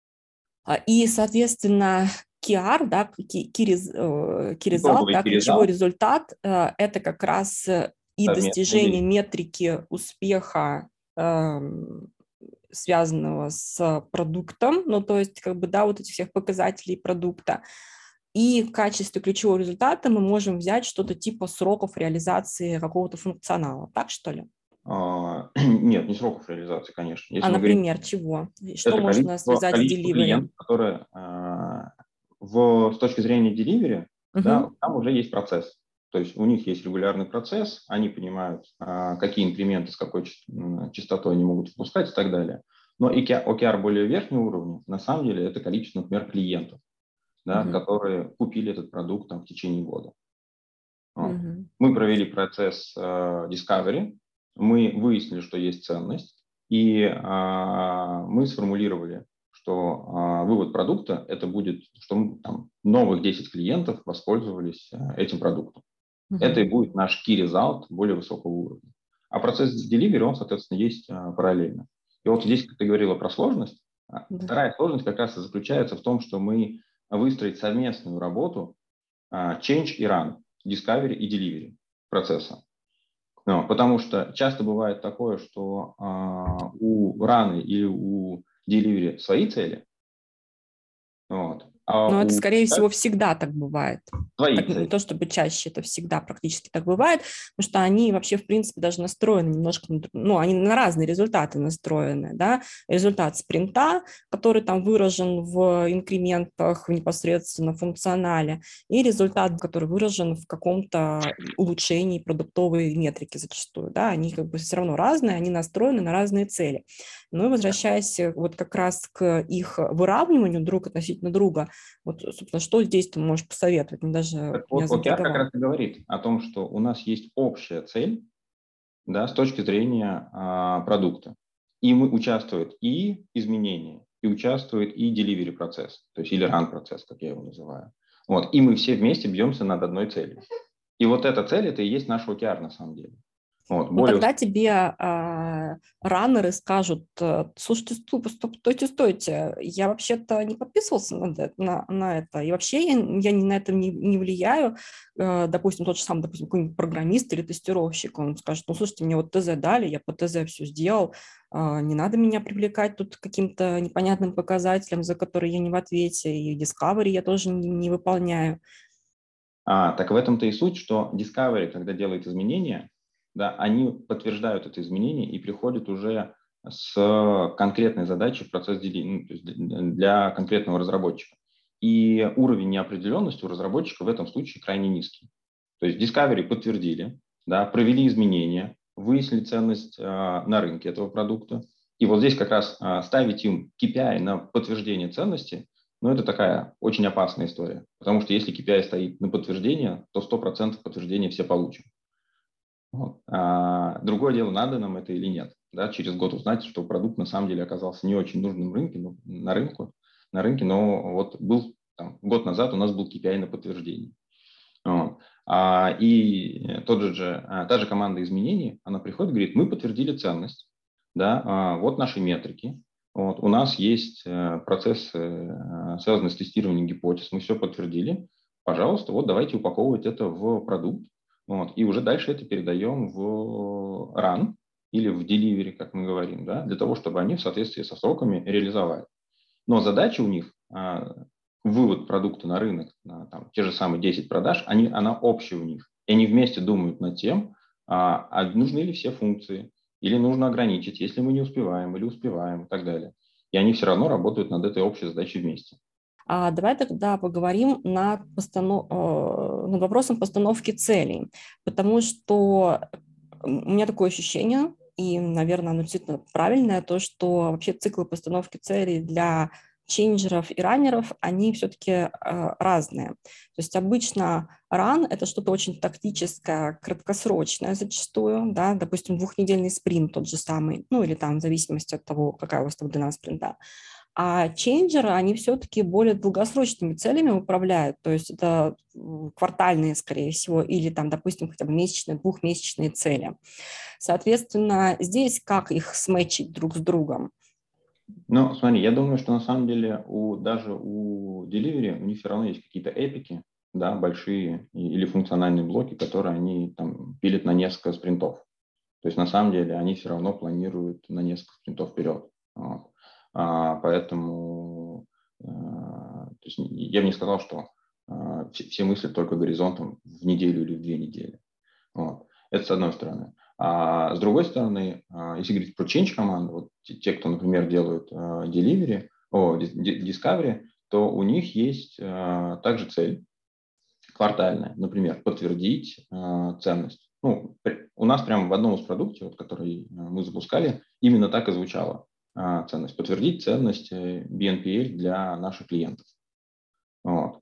Speaker 2: А, И, соответственно, кей ар, да, key, key res- э, key result,
Speaker 1: Итоговый
Speaker 2: да, ключевой
Speaker 1: перезал
Speaker 2: результат, э, это как раз э, и
Speaker 1: совместные
Speaker 2: достижение
Speaker 1: действия.
Speaker 2: метрики успеха, эм, связанного с продуктом, ну, то есть, как бы, да, вот этих всех показателей продукта. И в качестве ключевого результата мы можем взять что-то типа сроков реализации какого-то функционала. Так, что ли?
Speaker 1: А, Нет, не сроков реализации, конечно.
Speaker 2: А,
Speaker 1: Если мы говорим,
Speaker 2: например, чего? И Что
Speaker 1: это
Speaker 2: можно
Speaker 1: количество,
Speaker 2: связать с
Speaker 1: количество
Speaker 2: delivery?
Speaker 1: клиентов, которые а, в, с точки зрения delivery, да,
Speaker 2: Мгм.
Speaker 1: там уже есть процесс. То есть у них есть регулярный процесс, они понимают, а, какие инкременты, с какой частотой они могут выпускать и так далее. Но о кей ар более верхнего уровня, на самом деле, это количество, например, клиентов, да,
Speaker 2: Мгм.
Speaker 1: которые купили этот продукт там, в течение года. Вот.
Speaker 2: Мгм.
Speaker 1: Мы провели процесс э, discovery, мы выяснили, что есть ценность, и э, мы сформулировали, что э, вывод продукта это будет, что мы, там, новых десять клиентов воспользовались э, этим продуктом. Это и
Speaker 2: Мгм.
Speaker 1: будет наш key result более высокого уровня. А процесс delivery, он, соответственно, есть э, параллельно. И вот здесь, как ты говорила про сложность, э,
Speaker 2: Да.
Speaker 1: вторая сложность как раз и заключается в том, что мы выстроить совместную работу а, change и run, discovery и delivery процесса. Ну, потому что часто бывает такое, что а, у run или у delivery свои цели, вот, а
Speaker 2: Но это,
Speaker 1: у
Speaker 2: скорее
Speaker 1: discovery
Speaker 2: всего, всегда так бывает.
Speaker 1: свои
Speaker 2: Так, не
Speaker 1: цели.
Speaker 2: то чтобы чаще, это всегда практически так бывает, потому что они вообще, в принципе, даже настроены немножко, на дру- ну, они на разные результаты настроены, да. Результат спринта, который там выражен в инкрементах, в непосредственно функционале, и результат, который выражен в каком-то улучшении продуктовой метрики зачастую, да, они как бы все равно разные, они настроены на разные цели. Ну и возвращаясь э, вот как раз к их выравниванию друг относительно друга, вот, собственно, что здесь ты можешь посоветовать? Мне даже
Speaker 1: Так
Speaker 2: меня
Speaker 1: вот, о кей ар как
Speaker 2: заинтриговал.
Speaker 1: раз и говорит о том, что у нас есть общая цель, да, с точки зрения а, продукта. И мы участвует и изменение, и участвует и delivery процесс, то есть или run процесс, как я его называю. Вот. И мы все вместе бьемся над одной целью. И вот эта цель, это и есть наш о кей ар на самом деле. Вот,
Speaker 2: Ну,
Speaker 1: более
Speaker 2: тогда тебе а, раннеры скажут, э, слушайте, стоп, стоп, стойте, стойте, я вообще-то не подписывался на, это- на, на это, и вообще я, я ни на это не, не влияю. Э, допустим, тот же самый, допустим, какой-нибудь программист или тестировщик, он скажет, ну, слушайте, мне вот ТЗ дали, я по ТЗ все сделал, а, не надо меня привлекать тут к каким-то непонятным показателям, за которые я не в ответе, и Discovery я тоже не, не выполняю.
Speaker 1: А, так в этом-то и суть, что Discovery, когда делает изменения, да, они подтверждают это изменение и приходят уже с конкретной задачей в процесс дели- ну, то есть для конкретного разработчика. И уровень неопределенности у разработчика в этом случае крайне низкий. То есть Discovery подтвердили, да, провели изменения, выяснили ценность э, на рынке этого продукта, И вот здесь как раз а, ставить им кей пи ай на подтверждение ценности, ну, это такая очень опасная история. Потому что если кей пи ай стоит на подтверждение, то сто процентов подтверждения все получим. Вот. А другое дело, надо нам это или нет. Да, через год узнать, что продукт на самом деле оказался не очень нужным в рынке, ну, на, рынку, на рынке, но вот был там, год назад у нас был кей пи ай на подтверждение. Вот. А, и тот же, же, та же команда изменений, она приходит и говорит, мы подтвердили ценность, да, а, вот наши метрики, вот, у нас есть процессы, связанные с тестированием гипотез, мы все подтвердили, пожалуйста, вот давайте упаковывать это в продукт, вот, и уже дальше это передаем в run или в delivery, как мы говорим, да, для того, чтобы они в соответствии со сроками реализовали. Но задача у них вывод продукта на рынок, на, там, те же самые десять продаж, они, она общая у них. И они вместе думают над тем, а, а нужны ли все функции, или нужно ограничить, если мы не успеваем, или успеваем, и так далее. И они все равно работают над этой общей задачей вместе.
Speaker 2: А давай тогда поговорим над, постанов... над вопросом постановки целей, потому что у меня такое ощущение, и, наверное, оно действительно правильное, то, что вообще циклы постановки целей для чейнджеров и раннеров, они все-таки э, разные. То есть обычно ран – это что-то очень тактическое, краткосрочное зачастую, да, допустим, двухнедельный спринт тот же самый, ну или там в зависимости от того, какая у вас там длина спринта. А чейнджеры, они все-таки более долгосрочными целями управляют, то есть это квартальные, скорее всего, или там, допустим, хотя бы месячные, двухмесячные цели. Соответственно, здесь как их сметчить друг с другом?
Speaker 1: Ну, смотри, я думаю, что на самом деле у, даже у Delivery у них все равно есть какие-то эпики, да, большие или функциональные блоки, которые они там пилят на несколько спринтов. То есть на самом деле они все равно планируют на несколько спринтов вперед. Вот. А, поэтому а, то есть я бы не сказал, что а, все, все мыслят только горизонтом в неделю или в две недели. Вот. Это с одной стороны. А с другой стороны, если говорить про change команду, вот те, кто, например, делают delivery, о, discovery, то у них есть также цель квартальная, например, подтвердить ценность. Ну, у нас прямо в одном из продуктов, вот, который мы запускали, именно так и звучала ценность. Подтвердить ценность би эн пи эл для наших клиентов. Вот.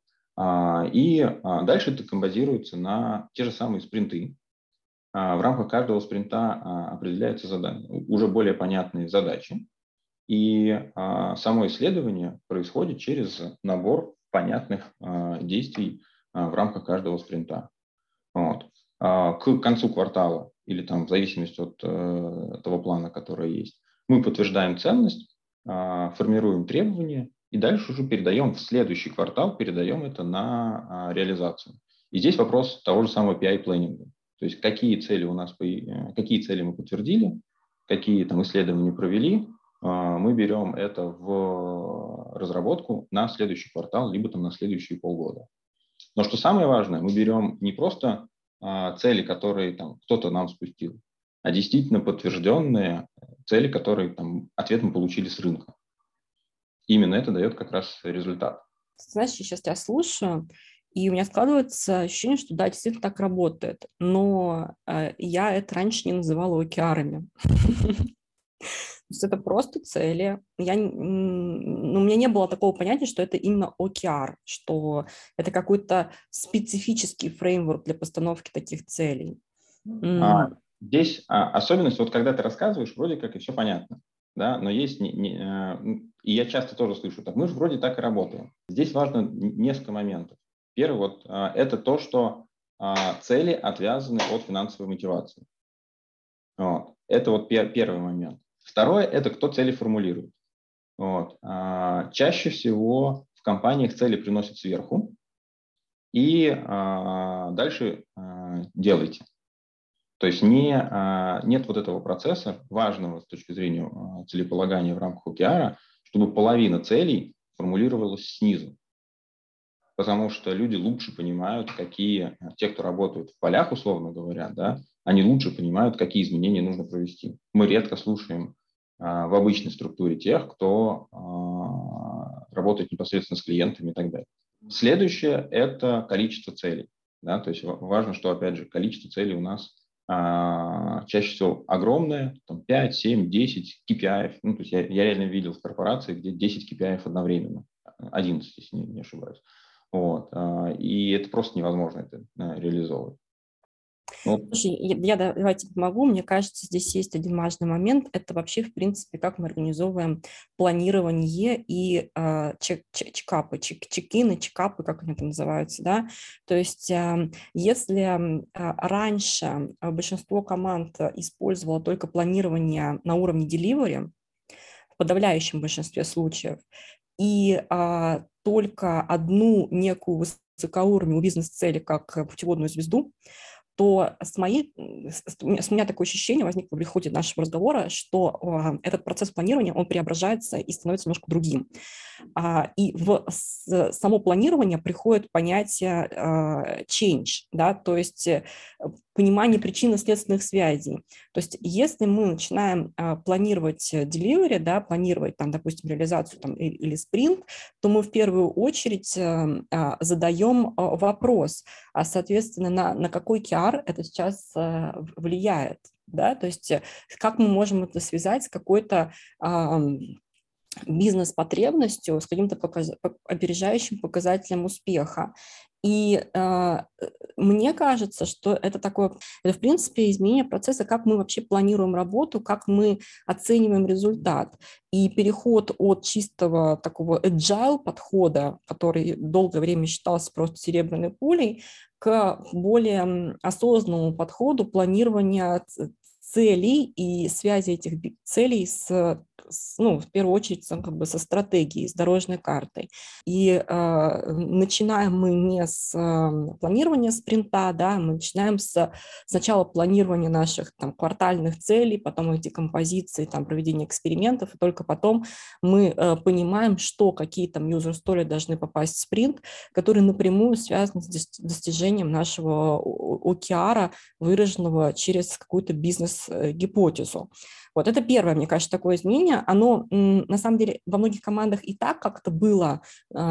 Speaker 1: И дальше это композируется на те же самые спринты. В рамках каждого спринта определяются задания, уже более понятные задачи. И само исследование происходит через набор понятных действий в рамках каждого спринта. Вот. К концу квартала или там, в зависимости от того плана, который есть, мы подтверждаем ценность, формируем требования и дальше уже передаем в следующий квартал, передаем это на реализацию. И здесь вопрос того же самого пи ай-планинга. То есть какие цели у нас, какие цели мы подтвердили, какие там исследования провели, мы берем это в разработку на следующий квартал, либо там на следующие полгода. Но что самое важное, мы берем не просто цели, которые там кто-то нам спустил, а действительно подтвержденные цели, которые там ответ мы получили с рынка. Именно это дает как раз результат.
Speaker 2: Знаешь, я сейчас тебя слушаю, и у меня складывается ощущение, что да, действительно так работает, но э, я это раньше не называла о кей ар-ами. То есть это просто цели. Я, ну, у меня не было такого понятия, что это именно о кей ар, что это какой-то специфический фреймворк для постановки таких целей.
Speaker 1: А, здесь а, особенность, вот когда ты рассказываешь, вроде как и все понятно, да, но есть, не, не, э, и я часто тоже слышу, так мы же вроде так и работаем. Здесь важно несколько моментов. Первый вот а, это то, что а, цели отвязаны от финансовой мотивации. Вот. Это вот пер, первый момент. Второе – это кто цели формулирует. Вот. А, чаще всего в компаниях цели приносят сверху, и а, дальше а, делайте. То есть не, а, нет вот этого процесса, важного с точки зрения а, целеполагания в рамках о кей ар, чтобы половина целей формулировалась снизу. Потому что люди лучше понимают, какие, те, кто работают в полях, условно говоря, да, они лучше понимают, какие изменения нужно провести. Мы редко слушаем а, в обычной структуре тех, кто а, работает непосредственно с клиентами и так далее. Следующее – это количество целей. Да, то есть важно, что, опять же, количество целей у нас а, чаще всего огромное, там пять, семь, десять кей пи ай. Ну, то есть я, я реально видел в корпорации, где десять кей пи ай одновременно, одиннадцать, если не, не ошибаюсь. Вот. а, И это просто невозможно это а, реализовывать. Ну,
Speaker 2: Слушай, я, я да- давайте помогу. Мне кажется, здесь есть один важный момент. Это вообще, в принципе, как мы организовываем планирование и а, чек, чек- чекапы, чек, чекины, чекапы, как они там называются, да. То есть а, если м, а, раньше а, большинство команд а, использовало только планирование на уровне delivery, в подавляющем большинстве случаев, и а, только одну некую высокоуровневую бизнес-цель, как э, путеводную звезду, то с, моей, с, с меня такое ощущение возникло в ходе нашего разговора, что а, этот процесс планирования, он преображается и становится немножко другим. А, и в с, само планирование приходит понятие а, change, да, то есть э, понимание причинно-следственных связей. То есть если мы начинаем а, планировать delivery, да, планировать, там, допустим, реализацию там, или, или спринт, то мы в первую очередь а, а, задаем а, вопрос, а, соответственно, на, на какой кей ар это сейчас а, влияет, да, то есть э, как мы можем это связать с какой-то а, бизнес-потребностью, с каким-то показ... опережающим показателем успеха. И э, мне кажется, что это такое, это в принципе изменение процесса, как мы вообще планируем работу, как мы оцениваем результат. И переход от чистого такого agile подхода, который долгое время считался просто серебряной пулей, к более осознанному подходу планирования целей и связи этих целей с, с, ну, в первую очередь, как бы со стратегией, с дорожной картой. И э, начинаем мы не с э, планирования спринта, да, мы начинаем с сначала планирования наших там, квартальных целей, потом их декомпозиции, там, проведения экспериментов, и только потом мы э, понимаем, что какие там user story должны попасть в спринт, которые напрямую связаны с достижением нашего о кей ар, выраженного через какую-то бизнес-гипотезу. Вот это первое, мне кажется, такое изменение. Оно, на самом деле, во многих командах и так как-то было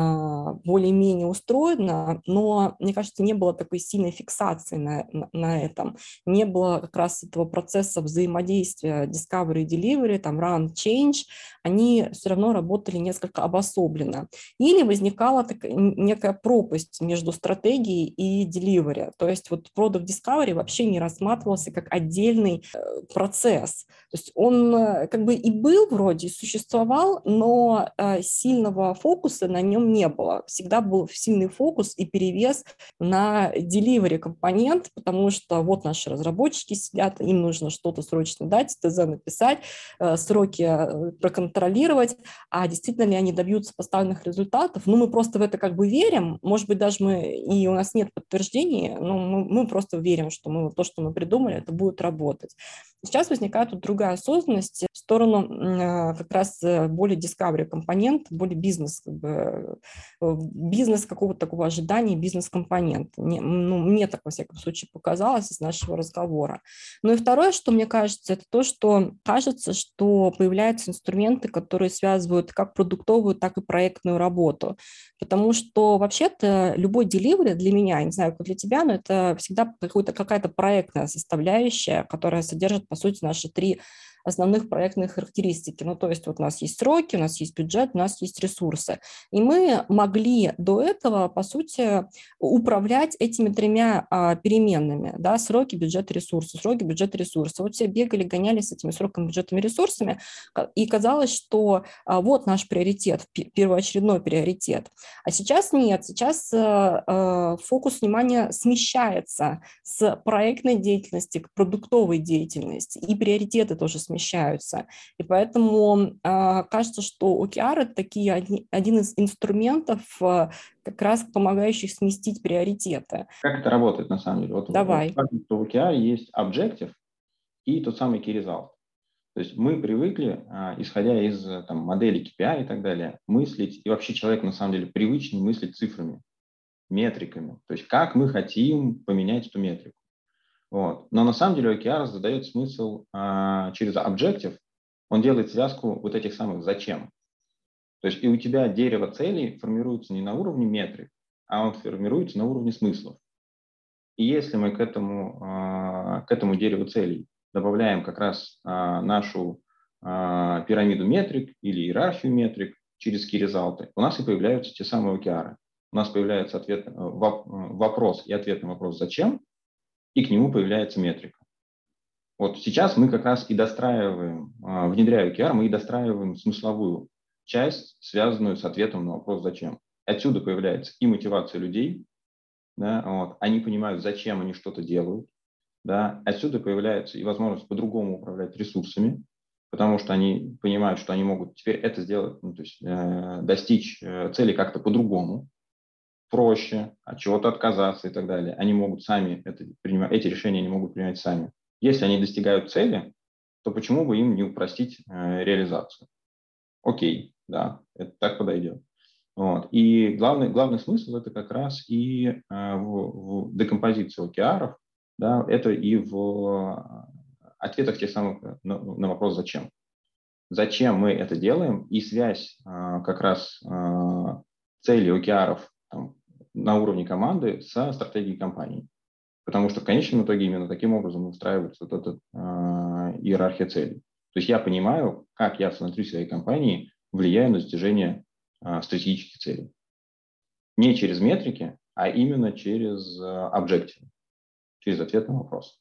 Speaker 2: более-менее устроено, но, мне кажется, не было такой сильной фиксации на, на, на этом. Не было как раз этого процесса взаимодействия discovery и delivery, там run, change. Они все равно работали несколько обособленно. Или возникала такая некая пропасть между стратегией и delivery. То есть вот product discovery вообще не рассматривался как отдельный процесс. То есть он как бы и был вроде, и существовал, но сильного фокуса на нем не было. Всегда был сильный фокус и перевес на delivery компонент, потому что вот наши разработчики сидят, им нужно что-то срочно дать, ТЗ написать, сроки проконтролировать, а действительно ли они добьются поставленных результатов. Ну, мы просто в это как бы верим, может быть, даже мы, и у нас нет подтверждений, но мы, мы просто верим, что мы, то, что мы придумали, это будет работать. Сейчас возникает тут другая осознанность в сторону э, как раз более discovery компонент, более бизнес, как бы, бизнес какого-то такого ожидания, бизнес-компонент. Не, ну, мне так, во всяком случае, показалось из нашего разговора. Ну и второе, что мне кажется, это то, что кажется, что появляются инструменты, которые связывают как продуктовую, так и проектную работу. Потому что вообще-то любой delivery для меня, я не знаю, как для тебя, но это всегда какая-то проектная составляющая, которая содержит, по сути, наши три основных проектных характеристики. Ну, то есть вот у нас есть сроки, у нас есть бюджет, у нас есть ресурсы. И мы могли до этого, по сути, управлять этими тремя а, переменными, да, сроки, бюджет, ресурсы, сроки, бюджет, ресурсы. Вот все бегали, гонялись с этими сроками, бюджетами, ресурсами, и казалось, что а, вот наш приоритет, первоочередной приоритет. А сейчас нет, сейчас а, а, фокус внимания смещается с проектной деятельности к продуктовой деятельности, и приоритеты тоже смещаются. И поэтому э, кажется, что о кей ар – это такие, один, один из инструментов, э, как раз помогающих сместить приоритеты.
Speaker 1: Как это работает на самом деле? Вот,
Speaker 2: Давай.
Speaker 1: Вот, в о кей ар есть objective и тот самый key result. То есть мы привыкли, исходя из там, модели кей пи ай и так далее, мыслить, и вообще человек на самом деле привычен мыслить цифрами, метриками. То есть как мы хотим поменять эту метрику. Вот. Но на самом деле о кей ар задает смысл а, через objective, он делает связку вот этих самых «зачем». То есть и у тебя дерево целей формируется не на уровне метрик, а он формируется на уровне смыслов. И если мы к этому к этому дереву целей добавляем как раз нашу пирамиду метрик или иерархию метрик через key result, у нас и появляются те самые о кей ар. У нас появляется ответ, вопрос и ответ на вопрос «Зачем?», и к нему появляется метрика. Вот сейчас мы как раз и достраиваем, внедряя о кей ар, мы и достраиваем смысловую часть, связанную с ответом на вопрос «Зачем?». Отсюда появляется и мотивация людей, да, вот, они понимают, зачем они что-то делают, да, отсюда появляется и возможность по-другому управлять ресурсами, потому что они понимают, что они могут теперь это сделать, ну, то есть э, достичь э, цели как-то по-другому, проще, от чего-то отказаться и так далее. Они могут сами это принимать, эти решения они могут принимать сами. Если они достигают цели, то почему бы им не упростить э, реализацию? Окей, да, это так подойдет. Вот. И главный, главный смысл это как раз и э, в, в декомпозиции о кей ар, да, это и в ответах тех самых на, на вопрос «Зачем?». Зачем мы это делаем? И связь э, как раз э, целей о кей ар там, на уровне команды со стратегией компании. Потому что в конечном итоге именно таким образом устраивается вот эта э, иерархия целей. То есть я понимаю, как я внутри своей компании влияю на достижение э, стратегических целей. Не через метрики, а именно через объективы, через ответ на вопрос.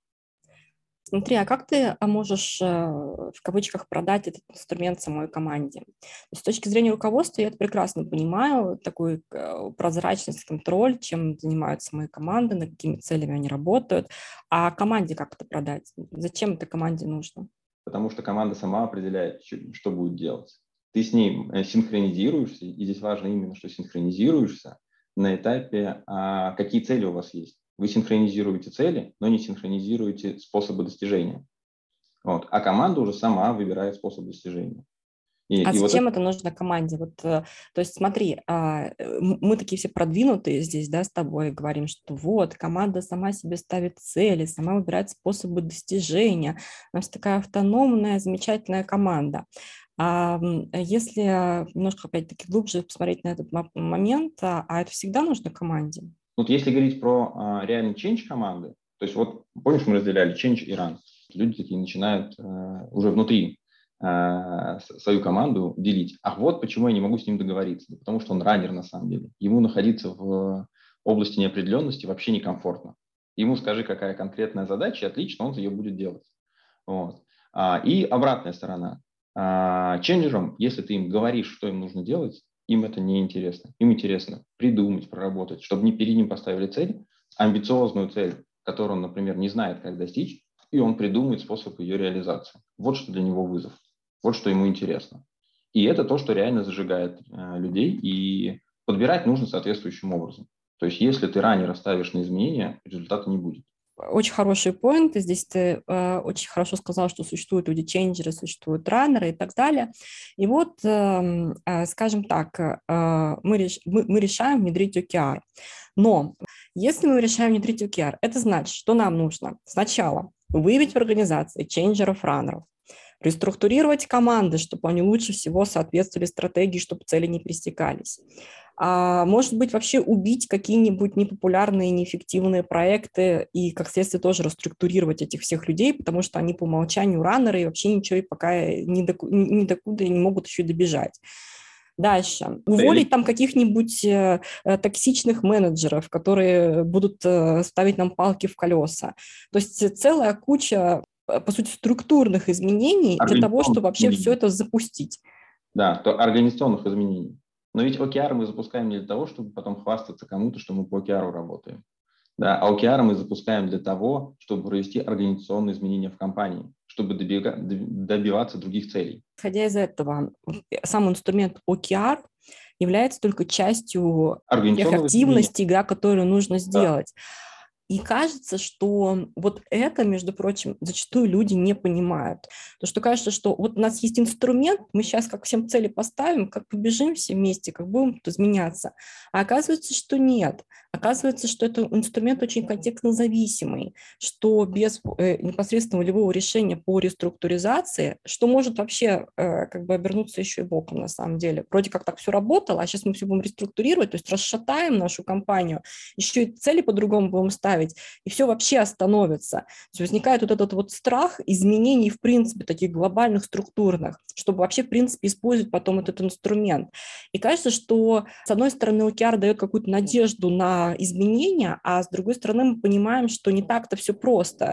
Speaker 2: Смотри, а как ты можешь, в кавычках, продать этот инструмент самой команде? С точки зрения руководства я это прекрасно понимаю, такой прозрачность, контроль, чем занимаются мои команды, над какими целями они работают. А команде как это продать? Зачем это команде нужно?
Speaker 1: Потому что команда сама определяет, что будет делать. Ты с ней синхронизируешься, и здесь важно именно, что синхронизируешься на этапе, а какие цели у вас есть. Вы синхронизируете цели, но не синхронизируете способы достижения. Вот. А команда уже сама выбирает способ достижения.
Speaker 2: И, а и зачем вот это... это нужно команде? Вот, то есть смотри, мы такие все продвинутые здесь, да, с тобой говорим, что вот, команда сама себе ставит цели, сама выбирает способы достижения. У нас такая автономная, замечательная команда. А если немножко, опять-таки, глубже посмотреть на этот момент, а это всегда нужно команде?
Speaker 1: Вот если говорить про а, реальный change команды, то есть вот помнишь, мы разделяли change и run. Люди такие начинают а, уже внутри а, свою команду делить. А вот почему я не могу с ним договориться. Да потому что он раннер на самом деле. Ему находиться в области неопределенности вообще некомфортно. Ему скажи, какая конкретная задача, и отлично, он ее будет делать. Вот. А, и обратная сторона. А, ченджерам, если ты им говоришь, что им нужно делать, им это не интересно. Им интересно придумать, проработать, чтобы не перед ним поставили цель, амбициозную цель, которую он, например, не знает, как достичь, и он придумает способ ее реализации. Вот что для него вызов. Вот что ему интересно. И это то, что реально зажигает э, людей, и подбирать нужно соответствующим образом. То есть если ты ранее расставишь на изменения, результата не будет.
Speaker 2: Очень хороший поинт. Здесь ты э, очень хорошо сказал, что существуют люди-ченджеры, существуют раннеры и так далее. И вот, э, э, скажем так, э, мы, реш, мы, мы решаем внедрить о кей ар. Но если мы решаем внедрить о кей ар, это значит, что нам нужно сначала выявить в организации ченджеров, раннеров, реструктурировать команды, чтобы они лучше всего соответствовали стратегии, чтобы цели не пересекались. А может быть, вообще убить какие-нибудь непопулярные, неэффективные проекты и, как следствие, тоже реструктурировать этих всех людей, потому что они по умолчанию раннеры и вообще ничего пока ни до, ни докуда не могут еще добежать. Дальше. Уволить там каких-нибудь э, токсичных менеджеров, которые будут э, ставить нам палки в колеса. То есть целая куча, по сути, структурных изменений для того, чтобы вообще изменений. Все это запустить.
Speaker 1: Да, то организационных изменений. Но ведь о кей ар мы запускаем не для того, чтобы потом хвастаться кому-то, что мы по о кей ар работаем. Да, а о кей ар мы запускаем для того, чтобы провести организационные изменения в компании, чтобы добега- добиваться других целей.
Speaker 2: Исходя из этого, сам инструмент о кей ар является только частью тех активностей, да, которые нужно сделать. Да. И кажется, что вот это, между прочим, зачастую люди не понимают. То, что кажется, что вот у нас есть инструмент, мы сейчас как всем цели поставим, как побежим все вместе, как будем изменяться. А оказывается, что нет. Оказывается, что это инструмент очень контекстно зависимый, что без э, непосредственного волевого решения по реструктуризации, что может вообще э, как бы обернуться еще и боком на самом деле. Вроде как так все работало, а сейчас мы все будем реструктурировать, то есть расшатаем нашу компанию, еще и цели по-другому будем ставить, исправить, и все вообще остановится. То есть возникает вот этот вот страх изменений, в принципе, таких глобальных, структурных, чтобы вообще, в принципе, использовать потом этот инструмент. И кажется, что, с одной стороны, о ки ар дает какую-то надежду на изменения, а с другой стороны, мы понимаем, что не так-то все просто.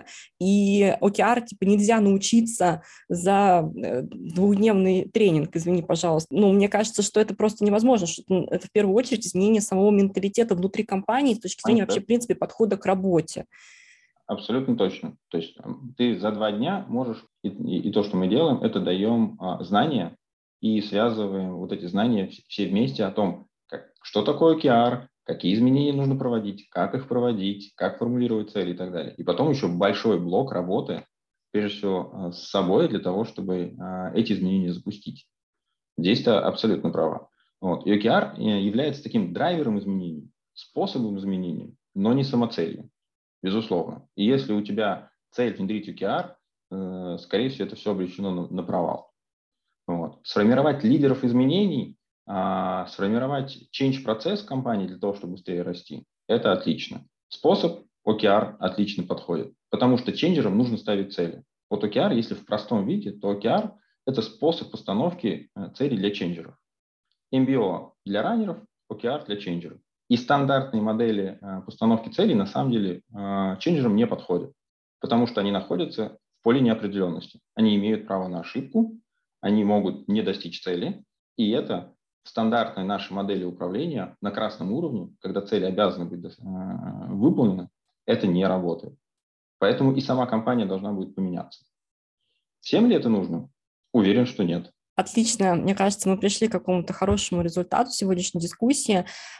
Speaker 2: И о ки ар типа нельзя научиться за двухдневный тренинг, извини, пожалуйста. Ну, мне кажется, что это просто невозможно. Что это в первую очередь изменение самого менталитета внутри компании с точки зрения вообще, в принципе, подхода к работе.
Speaker 1: Абсолютно точно. То есть ты за два дня можешь, и, и, и то, что мы делаем, это даем а, знания и связываем вот эти знания все вместе о том, как, что такое о ки ар, какие изменения нужно проводить, как их проводить, как формулировать цели и так далее. И потом еще большой блок работы, прежде всего, с собой для того, чтобы а, эти изменения запустить. Здесь ты абсолютно права. Вот. И о ки ар является таким драйвером изменений, способом изменений, но не самоцелью. Безусловно. И если у тебя цель внедрить о ки ар, э, скорее всего, это все обречено на, на провал. Вот. Сформировать лидеров изменений, э, сформировать change-процесс в компании для того, чтобы быстрее расти, это отлично. Способ о ки ар отлично подходит, потому что ченджерам нужно ставить цели. Вот о ки ар, если в простом виде, то о ки ар – это способ постановки целей для ченджеров. эм би о для раннеров, о ки ар для ченджеров. И стандартные модели э, постановки целей на самом деле э, ченджерам не подходят, потому что они находятся в поле неопределенности. Они имеют право на ошибку, они могут не достичь цели, и это в стандартной нашей модели управления на красном уровне, когда цели обязаны быть э, выполнены, это не работает. Поэтому и сама компания должна будет поменяться. Всем ли это нужно? Уверен, что нет.
Speaker 2: Отлично. Мне кажется, мы пришли к какому-то хорошему результату сегодняшней дискуссии.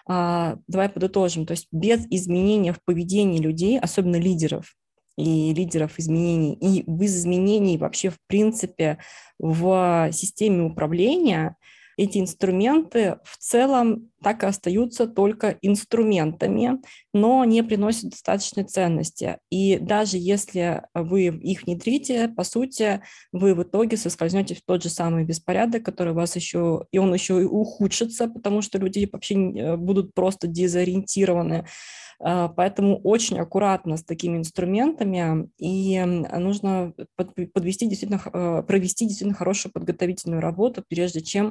Speaker 2: А, давай подытожим. То есть без изменения в поведении людей, особенно лидеров, и лидеров изменений, и без изменений вообще в принципе в системе управления, эти инструменты в целом так и остаются только инструментами, но не приносят достаточной ценности. И даже если вы их внедрите, по сути, вы в итоге соскользнете в тот же самый беспорядок, который у вас еще, и он еще и ухудшится, потому что люди вообще будут просто дезориентированы. Поэтому очень аккуратно с такими инструментами, и нужно подвести действительно, провести действительно хорошую подготовительную работу, прежде чем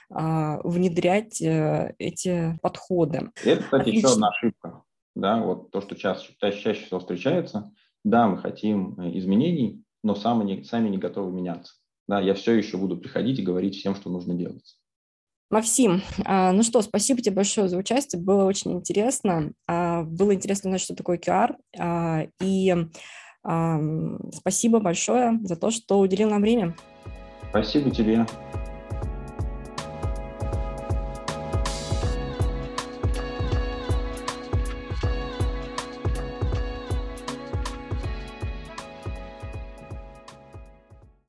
Speaker 2: внедрять эти подходы.
Speaker 1: Это, кстати,
Speaker 2: Отлично.
Speaker 1: еще одна ошибка. Да, вот то, что чаще, чаще, чаще всего встречается. Да, мы хотим изменений, но сами не, сами не готовы меняться. Да, я все еще буду приходить и говорить всем, что нужно делать. Максим,
Speaker 2: ну что, спасибо тебе большое за участие, было очень интересно. Было интересно узнать, что такое о ки ар, и спасибо большое за то, что уделил нам время.
Speaker 1: Спасибо тебе.